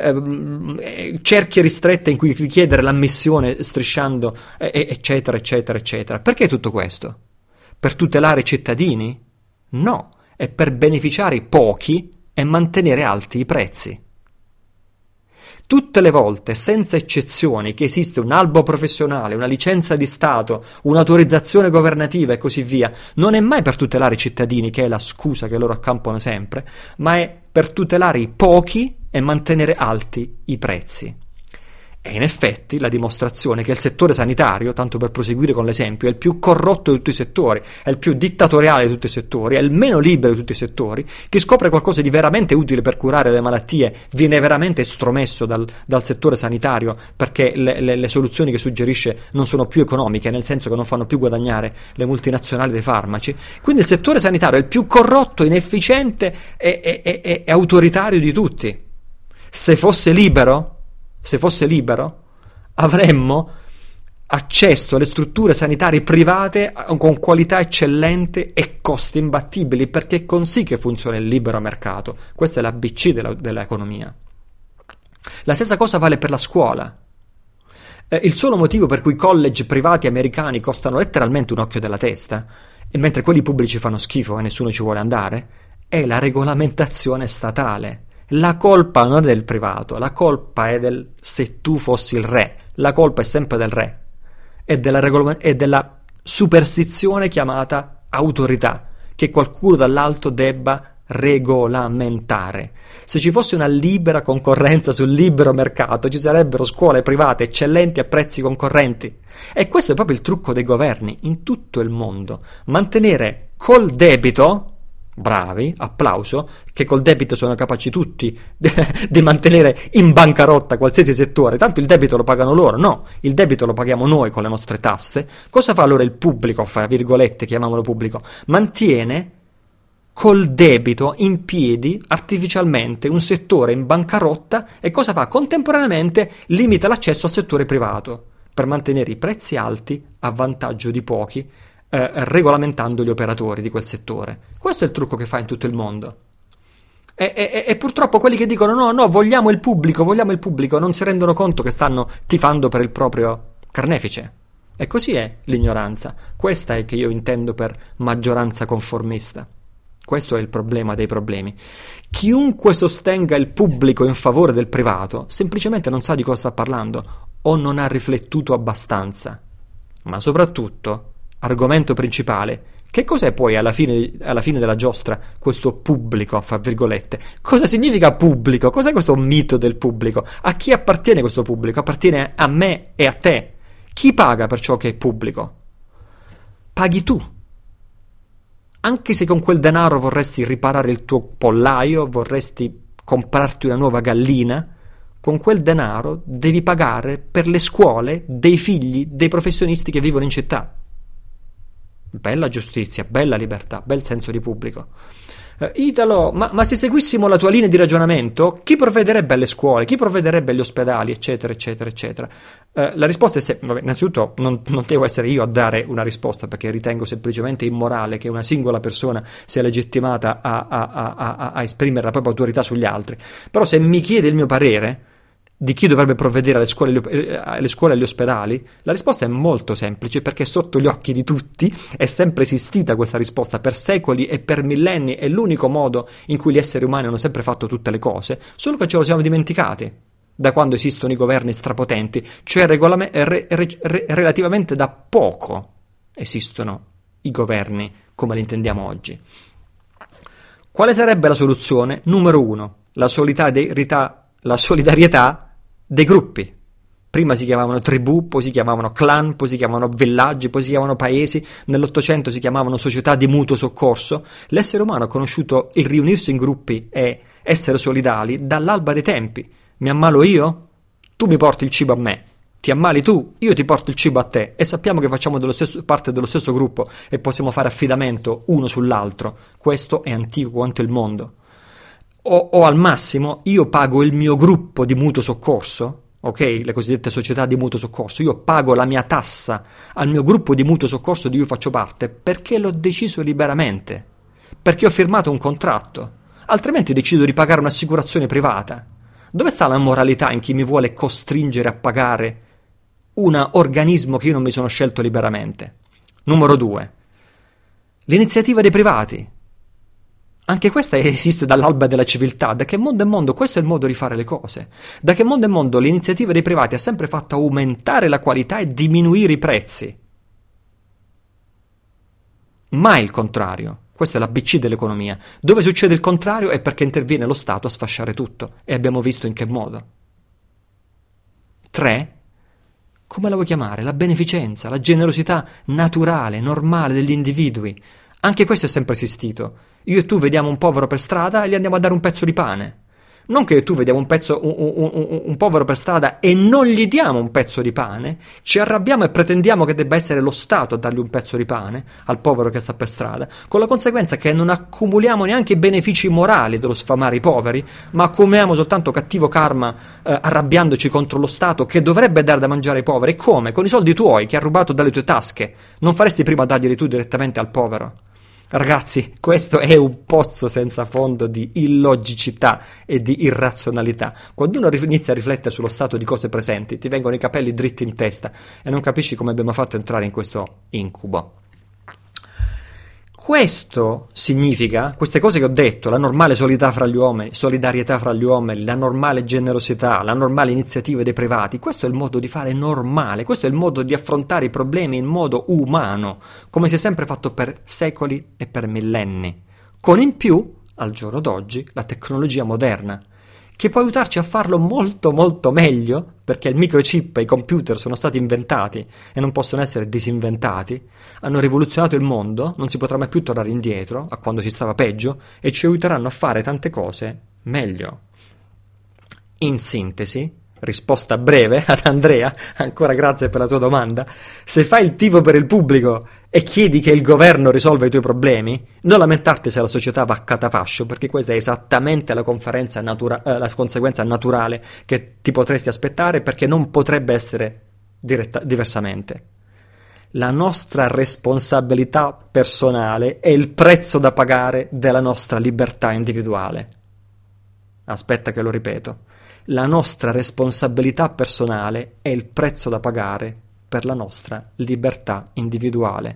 eh, cerchie ristrette in cui richiedere l'ammissione strisciando, eh, eccetera, eccetera, eccetera. Perché tutto questo? Per tutelare i cittadini? No, è per beneficiare i pochi e mantenere alti i prezzi. Tutte le volte, senza eccezioni, che esiste un albo professionale, una licenza di Stato, un'autorizzazione governativa e così via, non è mai per tutelare i cittadini, che è la scusa che loro accampano sempre, ma è per tutelare i pochi e mantenere alti i prezzi. E in effetti la dimostrazione che il settore sanitario, tanto per proseguire con l'esempio, è il più corrotto di tutti i settori, è il più dittatoriale di tutti i settori, è il meno libero di tutti i settori. Chi scopre qualcosa di veramente utile per curare le malattie viene veramente estromesso dal, dal settore sanitario, perché le, le, le soluzioni che suggerisce non sono più economiche, nel senso che non fanno più guadagnare le multinazionali dei farmaci. Quindi il settore sanitario è il più corrotto, inefficiente e, e, e, e autoritario di tutti. Se fosse libero Se fosse libero, avremmo accesso alle strutture sanitarie private con qualità eccellente e costi imbattibili, perché è così che funziona il libero mercato. Questa è l'A B C della, dell'economia. La stessa cosa vale per la scuola. Eh, il solo motivo per cui i college privati americani costano letteralmente un occhio della testa, e mentre quelli pubblici fanno schifo e nessuno ci vuole andare, è la regolamentazione statale. La colpa non è del privato, la colpa è del se tu fossi il re, la colpa è sempre del re, è della, regola, è della superstizione chiamata autorità, che qualcuno dall'alto debba regolamentare. Se ci fosse una libera concorrenza sul libero mercato, ci sarebbero scuole private eccellenti a prezzi concorrenti. E questo è proprio il trucco dei governi in tutto il mondo: mantenere col debito. Bravi, applauso, che col debito sono capaci tutti di mantenere in bancarotta qualsiasi settore, tanto il debito lo pagano loro. No, il debito lo paghiamo noi con le nostre tasse. Cosa fa allora il pubblico, fra virgolette, chiamiamolo pubblico? Mantiene col debito in piedi artificialmente un settore in bancarotta, e cosa fa? Contemporaneamente limita l'accesso al settore privato per mantenere i prezzi alti a vantaggio di pochi, Eh, regolamentando gli operatori di quel settore. Questo è il trucco che fa in tutto il mondo. E, e, e purtroppo quelli che dicono no, no, vogliamo il pubblico, vogliamo il pubblico, non si rendono conto che stanno tifando per il proprio carnefice. E così è l'ignoranza. Questa è che io intendo per maggioranza conformista. Questo è il problema dei problemi. Chiunque sostenga il pubblico in favore del privato semplicemente non sa di cosa sta parlando o non ha riflettuto abbastanza. Ma soprattutto, argomento principale, che cos'è poi alla fine, alla fine della giostra questo pubblico, fra virgolette? Cosa significa pubblico? Cos'è questo mito del pubblico? A chi appartiene questo pubblico? Appartiene a me e a te. Chi paga per ciò che è pubblico? Paghi tu. Anche se con quel denaro vorresti riparare il tuo pollaio, vorresti comprarti una nuova gallina, con quel denaro devi pagare per le scuole dei figli dei professionisti che vivono in città. Bella giustizia, bella libertà, bel senso di pubblico. Uh, Italo, ma, ma se seguissimo la tua linea di ragionamento, chi provvederebbe alle scuole, chi provvederebbe agli ospedali, eccetera, eccetera, eccetera? Uh, la risposta è se... Vabbè, innanzitutto non, non devo essere io a dare una risposta, perché ritengo semplicemente immorale che una singola persona sia legittimata a, a, a, a, a esprimere la propria autorità sugli altri. Però se mi chiede il mio parere di chi dovrebbe provvedere alle scuole, alle scuole e agli ospedali, la risposta è molto semplice, perché sotto gli occhi di tutti è sempre esistita questa risposta per secoli e per millenni. È l'unico modo in cui gli esseri umani hanno sempre fatto tutte le cose, solo che ce lo siamo dimenticati da quando esistono i governi strapotenti, cioè regolame- re- re- re- relativamente da poco esistono i governi come li intendiamo oggi. Quale sarebbe la soluzione? Numero uno, la solidarietà, la solidarietà dei gruppi. Prima si chiamavano tribù, poi si chiamavano clan, poi si chiamavano villaggi, poi si chiamavano paesi, nell'Ottocento si chiamavano società di mutuo soccorso. L'essere umano ha conosciuto il riunirsi in gruppi e essere solidali dall'alba dei tempi. Mi ammalo io? Tu mi porti il cibo a me. Ti ammali tu? Io ti porto il cibo a te. E sappiamo che facciamo dello stesso, parte dello stesso gruppo e possiamo fare affidamento uno sull'altro. Questo è antico quanto il mondo. O, o al massimo io pago il mio gruppo di mutuo soccorso ok? Le cosiddette società di mutuo soccorso. Io pago la mia tassa al mio gruppo di mutuo soccorso di cui faccio parte perché l'ho deciso liberamente, perché ho firmato un contratto, altrimenti decido di pagare un'assicurazione privata. Dove sta la moralità in chi mi vuole costringere a pagare un organismo che io non mi sono scelto liberamente? Numero due. L'iniziativa dei privati. Anche questa esiste dall'alba della civiltà. Da che mondo è mondo questo è il modo di fare le cose. Da che mondo è mondo l'iniziativa dei privati ha sempre fatto aumentare la qualità e diminuire i prezzi. Mai il contrario. Questo è l'A B C dell'economia. Dove succede il contrario è perché interviene lo Stato a sfasciare tutto. E abbiamo visto in che modo. Tre. Come la vuoi chiamare? La beneficenza, la generosità naturale, normale degli individui. Anche questo è sempre esistito. Io e tu vediamo un povero per strada e gli andiamo a dare un pezzo di pane. Non che io e tu vediamo un, pezzo, un, un, un, un povero per strada e non gli diamo un pezzo di pane, ci arrabbiamo e pretendiamo che debba essere lo Stato a dargli un pezzo di pane al povero che sta per strada, con la conseguenza che non accumuliamo neanche i benefici morali dello sfamare i poveri, ma accumuliamo soltanto cattivo karma eh, arrabbiandoci contro lo Stato che dovrebbe dare da mangiare ai poveri. E come? Con i soldi tuoi che ha rubato dalle tue tasche. Non faresti prima darglieli tu direttamente al povero? Ragazzi, questo è un pozzo senza fondo di illogicità e di irrazionalità. Quando uno inizia a riflettere sullo stato di cose presenti, ti vengono i capelli dritti in testa e non capisci come abbiamo fatto entrare in questo incubo. Questo significa, queste cose che ho detto, la normale solidarietà fra gli uomini, solidarietà fra gli uomini, la normale generosità, la normale iniziativa dei privati, questo è il modo di fare normale, questo è il modo di affrontare i problemi in modo umano, come si è sempre fatto per secoli e per millenni, con in più, al giorno d'oggi, la tecnologia moderna, che può aiutarci a farlo molto molto meglio, perché il microchip e i computer sono stati inventati e non possono essere disinventati, hanno rivoluzionato il mondo, non si potrà mai più tornare indietro a quando si stava peggio e ci aiuteranno a fare tante cose meglio. In sintesi, risposta breve ad Andrea, ancora grazie per la tua domanda, se fai il tifo per il pubblico e chiedi che il governo risolva i tuoi problemi, non lamentarti se la società va a catafascio, perché questa è esattamente la, conferenza natura- eh, la conseguenza naturale che ti potresti aspettare, perché non potrebbe essere diretta- diversamente. La nostra responsabilità personale è il prezzo da pagare della nostra libertà individuale. Aspetta che lo ripeto. La nostra responsabilità personale è il prezzo da pagare per la nostra libertà individuale.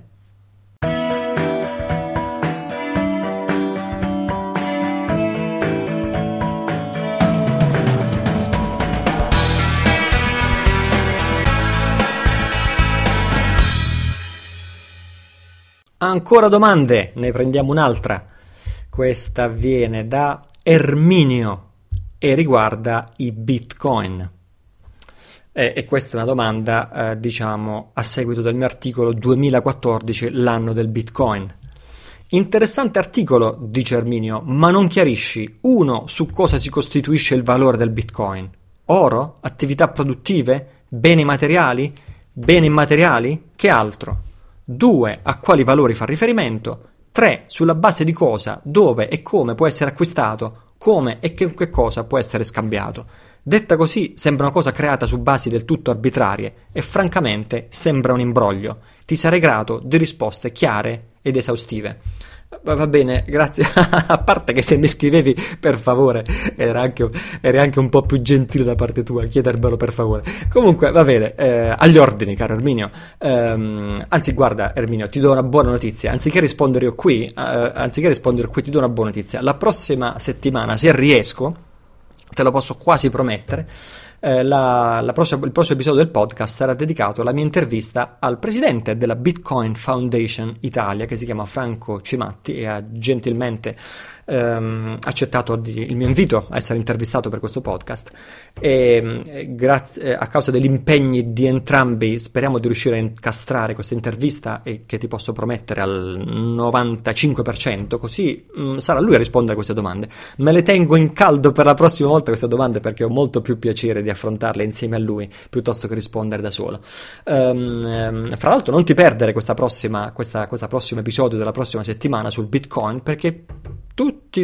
Ancora domande? Ne prendiamo un'altra. Questa viene da Erminio e riguarda i Bitcoin. E, e questa è una domanda, eh, diciamo, a seguito del mio articolo duemilaquattordici, l'anno del Bitcoin. Interessante articolo, dice Erminio, ma non chiarisci, uno, su cosa si costituisce il valore del Bitcoin? Oro? Attività produttive? Beni materiali? Beni immateriali? Che altro? Due, a quali valori fa riferimento? Tre, sulla base di cosa, dove e come può essere acquistato? Come e che, che cosa può essere scambiato? Detta così sembra una cosa creata su basi del tutto arbitrarie e francamente sembra un imbroglio. Ti sarei grato di risposte chiare ed esaustive. Va bene, grazie. A parte che se mi scrivevi per favore era anche, eri anche un po' più gentile da parte tua, chiedermelo per favore. Comunque va bene, eh, agli ordini caro Erminio. ehm, Anzi guarda Erminio, ti do una buona notizia. Anziché rispondere io qui eh, Anziché rispondere qui ti do una buona notizia. La prossima settimana, se riesco, te lo posso quasi promettere, eh, la, la prossima, il prossimo episodio del podcast sarà dedicato alla mia intervista al presidente della Bitcoin Foundation Italia, che si chiama Franco Cimatti, e ha gentilmente ehm, accettato di, il mio invito a essere intervistato per questo podcast. E, e grazie, a causa degli impegni di entrambi speriamo di riuscire a incastrare questa intervista, e che ti posso promettere al novantacinque per cento, così mh, sarà lui a rispondere a queste domande. Me le tengo in caldo per la prossima volta queste domande, perché ho molto più piacere di affrontarle insieme a lui piuttosto che rispondere da solo. Um, fra l'altro non ti perdere questa prossima, questa, questa prossimo episodio della prossima settimana sul Bitcoin, perché tutti, tutti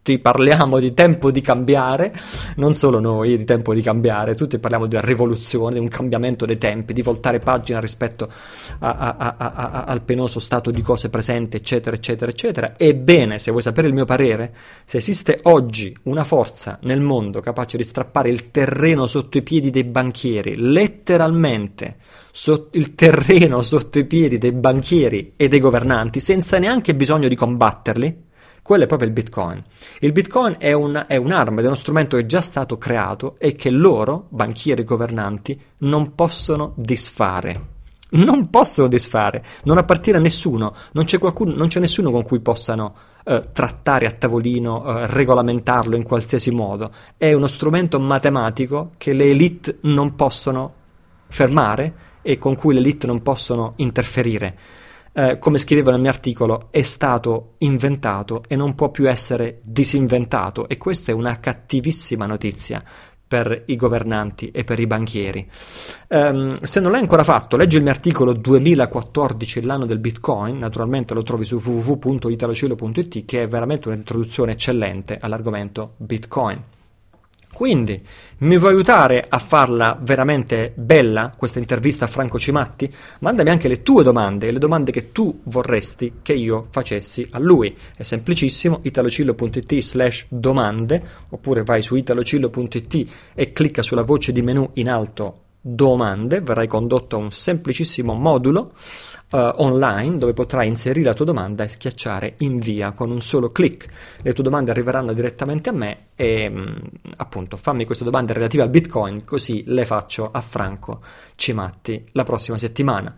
tutti parliamo di tempo di cambiare, non solo noi, di tempo di cambiare, tutti parliamo di una rivoluzione, di un cambiamento dei tempi, di voltare pagina rispetto a, a, a, a, al penoso stato di cose presenti, eccetera, eccetera, eccetera. Ebbene, se vuoi sapere il mio parere, se esiste oggi una forza nel mondo capace di strappare il terreno sotto i piedi dei banchieri, letteralmente so- il terreno sotto i piedi dei banchieri e dei governanti, senza neanche bisogno di combatterli, quello è proprio il Bitcoin. Il Bitcoin è, un, è un'arma ed è uno strumento che è già stato creato e che loro, banchieri e governanti, non possono disfare. Non possono disfare, non appartiene a nessuno, non c'è qualcuno, non c'è nessuno con cui possano eh, trattare a tavolino, eh, regolamentarlo in qualsiasi modo. È uno strumento matematico che le elite non possono fermare e con cui le elite non possono interferire. Eh, come scrivevo nel mio articolo, è stato inventato e non può più essere disinventato, e questa è una cattivissima notizia per i governanti e per i banchieri. Um, se non l'hai ancora fatto, leggi il mio articolo duemilaquattordici, l'anno del Bitcoin, naturalmente lo trovi su w w w punto italocillo punto i t, che è veramente un'introduzione eccellente all'argomento Bitcoin. Quindi, mi vuoi aiutare a farla veramente bella, questa intervista a Franco Cimatti? Mandami anche le tue domande, le domande che tu vorresti che io facessi a lui. È semplicissimo, italocillo punto i t slash domande, oppure vai su italocillo punto i t e clicca sulla voce di menu in alto domande, verrai condotto a un semplicissimo modulo uh, online dove potrai inserire la tua domanda e schiacciare invia con un solo click. Le tue domande arriveranno direttamente a me e mh, appunto fammi queste domande relative al Bitcoin, così le faccio a Franco Cimatti la prossima settimana.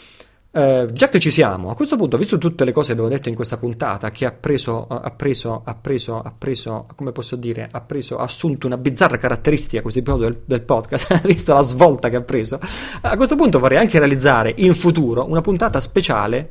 Uh, già che ci siamo, a questo punto, visto tutte le cose che abbiamo detto in questa puntata, che ha preso, uh, ha preso, ha preso, ha preso, come posso dire, ha preso, ha assunto una bizzarra caratteristica questo episodio del, del podcast, visto la svolta che ha preso, a questo punto vorrei anche realizzare in futuro una puntata speciale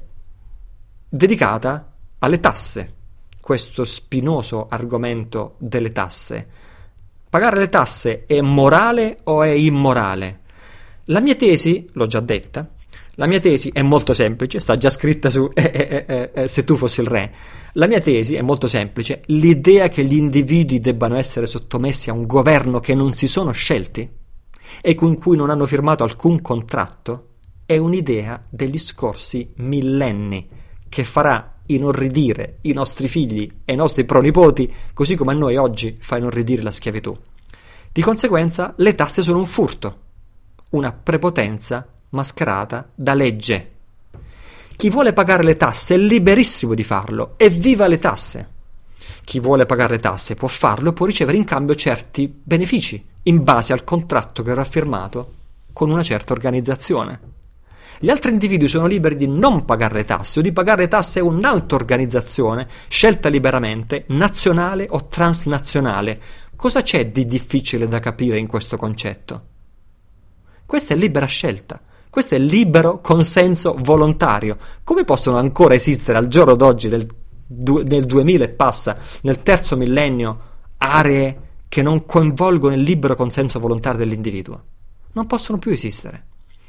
dedicata alle tasse, questo spinoso argomento delle tasse. Pagare le tasse è morale o è immorale? La mia tesi, l'ho già detta, La mia tesi è molto semplice, sta già scritta su eh, eh, eh, eh, Se tu fossi il re. La mia tesi è molto semplice: l'idea che gli individui debbano essere sottomessi a un governo che non si sono scelti e con cui non hanno firmato alcun contratto è un'idea degli scorsi millenni che farà inorridire i nostri figli e i nostri pronipoti, così come a noi oggi fa inorridire la schiavitù. Di conseguenza le tasse sono un furto, una prepotenza mascherata da legge. Chi vuole pagare le tasse è liberissimo di farlo, evviva le tasse. Chi vuole pagare le tasse può farlo e può ricevere in cambio certi benefici in base al contratto che avrà firmato con una certa organizzazione. Gli altri individui sono liberi di non pagare le tasse o di pagare le tasse a un'altra organizzazione scelta liberamente, nazionale o transnazionale. Cosa c'è di difficile da capire in questo concetto? Questa è libera scelta. Questo è libero consenso volontario. Come possono ancora esistere al giorno d'oggi, nel, du- nel duemila e passa, nel terzo millennio, aree che non coinvolgono il libero consenso volontario dell'individuo? Non possono più esistere.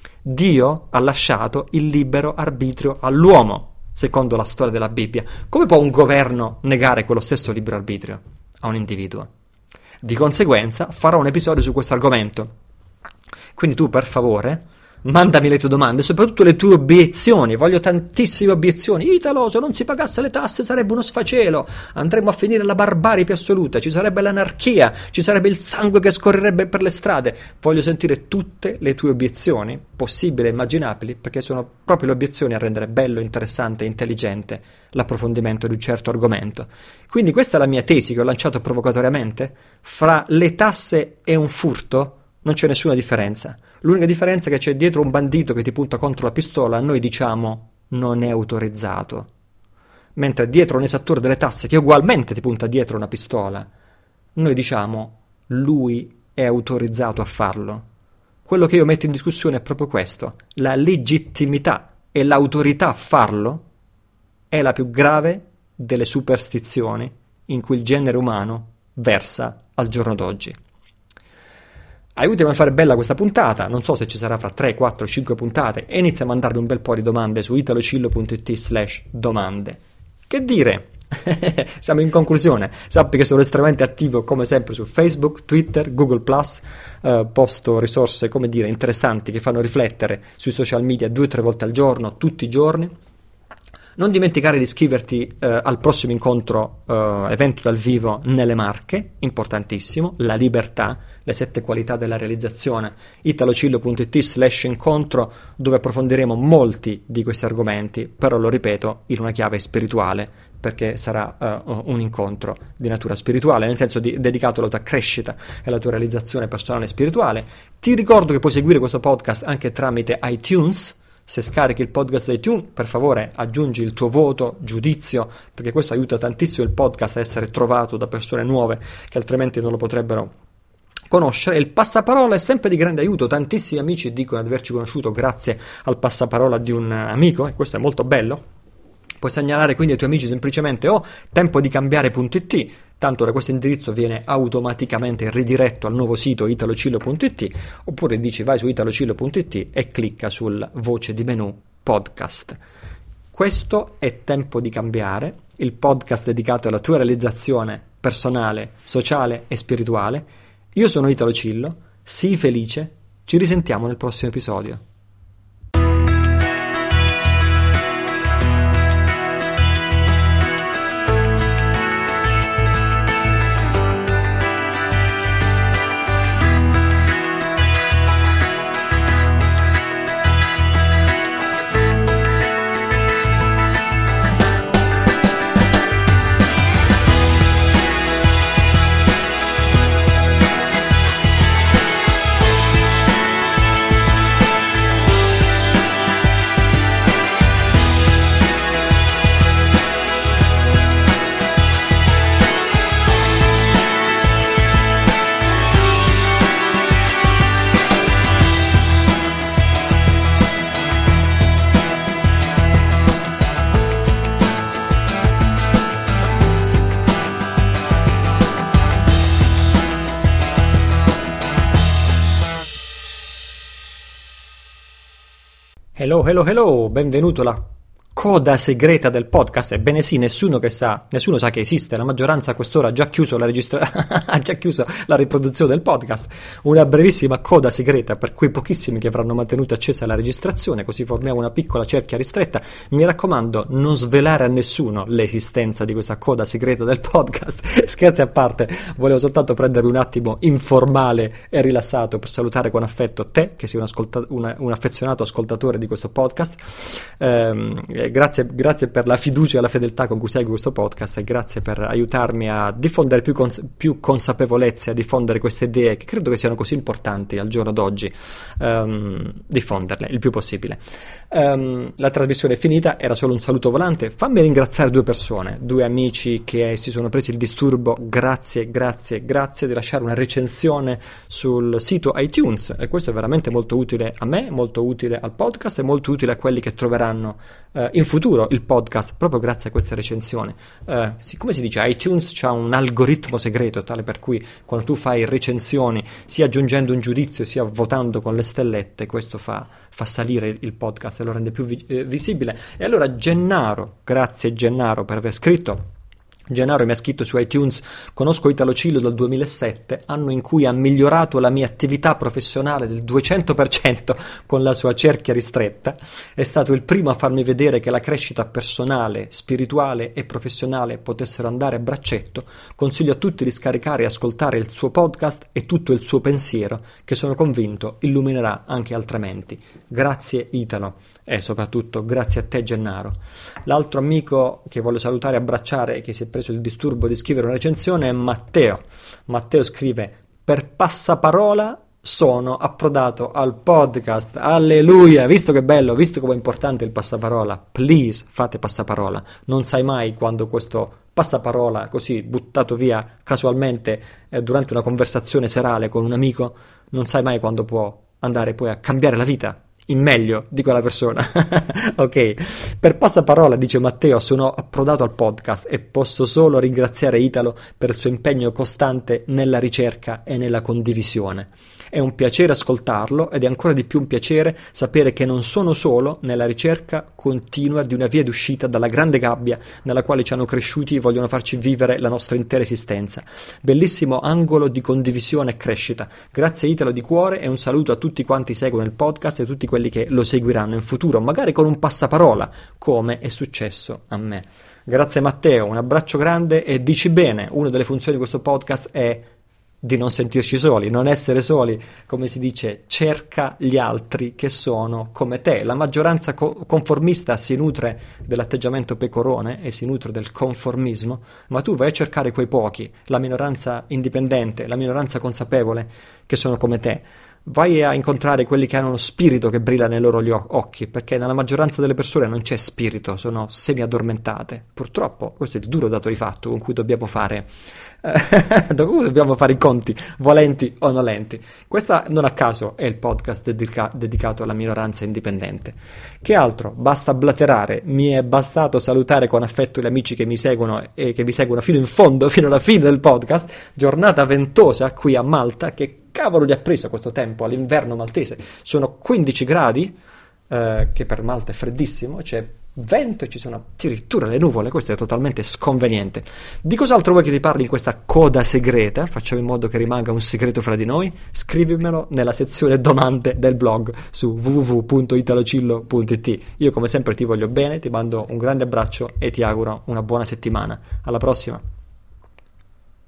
Dio ha lasciato il libero arbitrio all'uomo, secondo la storia della Bibbia. Come può un governo negare quello stesso libero arbitrio a un individuo? Di conseguenza farò un episodio su questo argomento. Quindi tu, per favore, mandami le tue domande, soprattutto le tue obiezioni. Voglio tantissime obiezioni. Italo, se non si pagasse le tasse sarebbe uno sfacelo, andremmo a finire alla barbarie più assoluta, ci sarebbe l'anarchia, ci sarebbe il sangue che scorrerebbe per le strade. Voglio sentire tutte le tue obiezioni, possibili e immaginabili, perché sono proprio le obiezioni a rendere bello, interessante e intelligente l'approfondimento di un certo argomento. Quindi questa è la mia tesi che ho lanciato provocatoriamente. Fra le tasse e un furto non c'è nessuna differenza. L'unica differenza è che c'è dietro un bandito che ti punta contro la pistola, noi diciamo non è autorizzato. Mentre dietro un esattore delle tasse che ugualmente ti punta dietro una pistola, noi diciamo lui è autorizzato a farlo. Quello che io metto in discussione è proprio questo: la legittimità e l'autorità a farlo è la più grave delle superstizioni in cui il genere umano versa al giorno d'oggi. Aiutami a fare bella questa puntata, non so se ci sarà fra tre, quattro, cinque puntate, e inizia a mandarmi un bel po' di domande su italocillo punto it slash domande. Che dire? Siamo in conclusione. Sappi che sono estremamente attivo come sempre su Facebook, Twitter, Google plus, eh, posto risorse, come dire, interessanti che fanno riflettere sui social media due o tre volte al giorno, tutti i giorni. Non dimenticare di iscriverti eh, al prossimo incontro, eh, evento dal vivo nelle Marche, importantissimo, la libertà, le sette qualità della realizzazione, italocillo.it slash incontro, dove approfondiremo molti di questi argomenti, però lo ripeto, in una chiave spirituale, perché sarà uh, un incontro di natura spirituale, nel senso di dedicato alla tua crescita e alla tua realizzazione personale e spirituale. Ti ricordo che puoi seguire questo podcast anche tramite iTunes. Se scarichi il podcast da iTunes, per favore aggiungi il tuo voto, giudizio, perché questo aiuta tantissimo il podcast a essere trovato da persone nuove che altrimenti non lo potrebbero conoscere. Il passaparola è sempre di grande aiuto, tantissimi amici dicono di averci conosciuto grazie al passaparola di un amico, e questo è molto bello. Puoi segnalare quindi ai tuoi amici semplicemente o tempodicambiare.it, tanto da questo indirizzo viene automaticamente ridiretto al nuovo sito italocillo.it, oppure dici vai su italocillo.it e clicca sul voce di menu podcast. Questo è Tempo di Cambiare, il podcast dedicato alla tua realizzazione personale, sociale e spirituale. Io sono Italo Cillo, sii felice, ci risentiamo nel prossimo episodio. Hello, hello, hello, benvenuto alla coda segreta del podcast. Ebbene sì, nessuno che sa, nessuno sa che esiste, la maggioranza a quest'ora ha già chiuso la registra- ha già chiuso la riproduzione del podcast. Una brevissima coda segreta per quei pochissimi che avranno mantenuto accesa la registrazione, così formiamo una piccola cerchia ristretta. Mi raccomando, non svelare a nessuno l'esistenza di questa coda segreta del podcast. Scherzi a parte, volevo soltanto prendere un attimo informale e rilassato per salutare con affetto te, che sei un, ascolta- una, un affezionato ascoltatore di questo podcast. Ehm, Grazie, grazie per la fiducia e la fedeltà con cui segui questo podcast, e grazie per aiutarmi a diffondere più, cons- più consapevolezza, a diffondere queste idee che credo che siano così importanti al giorno d'oggi, um, diffonderle il più possibile. Um, la trasmissione è finita, era solo un saluto volante. Fammi ringraziare due persone, due amici che si sono presi il disturbo, grazie, grazie, grazie di lasciare una recensione sul sito iTunes, e questo è veramente molto utile a me, molto utile al podcast e molto utile a quelli che troveranno uh, in futuro il podcast proprio grazie a queste recensioni. Uh, sì, come si dice, iTunes c'ha un algoritmo segreto tale per cui quando tu fai recensioni, sia aggiungendo un giudizio sia votando con le stellette, questo fa, fa salire il podcast e lo rende più vi- eh, visibile. E allora Gennaro, grazie Gennaro per aver scritto. Gennaro mi ha scritto su iTunes: conosco Italo Cillo dal duemilasette, anno in cui ha migliorato la mia attività professionale del duecento per cento con la sua cerchia ristretta. È stato il primo a farmi vedere che la crescita personale, spirituale e professionale potessero andare a braccetto. Consiglio a tutti di scaricare e ascoltare il suo podcast e tutto il suo pensiero, che sono convinto illuminerà anche altre menti. Grazie Italo. E soprattutto grazie a te Gennaro. L'altro amico che voglio salutare e abbracciare e che si è preso il disturbo di scrivere una recensione è Matteo. Matteo scrive: per passaparola sono approdato al podcast, alleluia. Visto che bello, visto come è importante il passaparola, please fate passaparola. Non sai mai quando questo passaparola così buttato via casualmente eh, durante una conversazione serale con un amico, non sai mai quando può andare poi a cambiare la vita in meglio di quella persona. Ok, per passaparola, dice Matteo, sono approdato al podcast e posso solo ringraziare Italo per il suo impegno costante nella ricerca e nella condivisione. È un piacere ascoltarlo ed è ancora di più un piacere sapere che non sono solo nella ricerca continua di una via d'uscita dalla grande gabbia nella quale ci hanno cresciuti e vogliono farci vivere la nostra intera esistenza. Bellissimo angolo di condivisione e crescita. Grazie Italo di cuore e un saluto a tutti quanti seguono il podcast e a tutti quelli che lo seguiranno in futuro, magari con un passaparola, come è successo a me. Grazie Matteo, un abbraccio grande e dici bene, una delle funzioni di questo podcast è di non sentirci soli, non essere soli, come si dice, cerca gli altri che sono come te. La maggioranza co- conformista si nutre dell'atteggiamento pecorone e si nutre del conformismo, ma tu vai a cercare quei pochi, la minoranza indipendente, la minoranza consapevole che sono come te. Vai a incontrare quelli che hanno uno spirito che brilla nei loro occhi, perché nella maggioranza delle persone non c'è spirito, sono semi-addormentate. Purtroppo, questo è il duro dato di fatto con cui dobbiamo fare, eh, dobbiamo fare i conti, volenti o nolenti. Questa, non a caso, è il podcast dedica- dedicato alla minoranza indipendente. Che altro? Basta blaterare. Mi è bastato salutare con affetto gli amici che mi seguono e che vi seguono fino in fondo, fino alla fine del podcast. Giornata ventosa qui a Malta, che cavolo gli ha preso questo tempo all'inverno maltese. Sono quindici gradi, eh, che per Malta è freddissimo, c'è vento e ci sono addirittura le nuvole. Questo è totalmente sconveniente. Di cos'altro vuoi che ti parli in questa coda segreta? Facciamo in modo che rimanga un segreto fra di noi. Scrivimelo nella sezione domande del blog su w w w punto italocillo punto i t. Io come sempre ti voglio bene, ti mando un grande abbraccio e ti auguro una buona settimana. Alla prossima.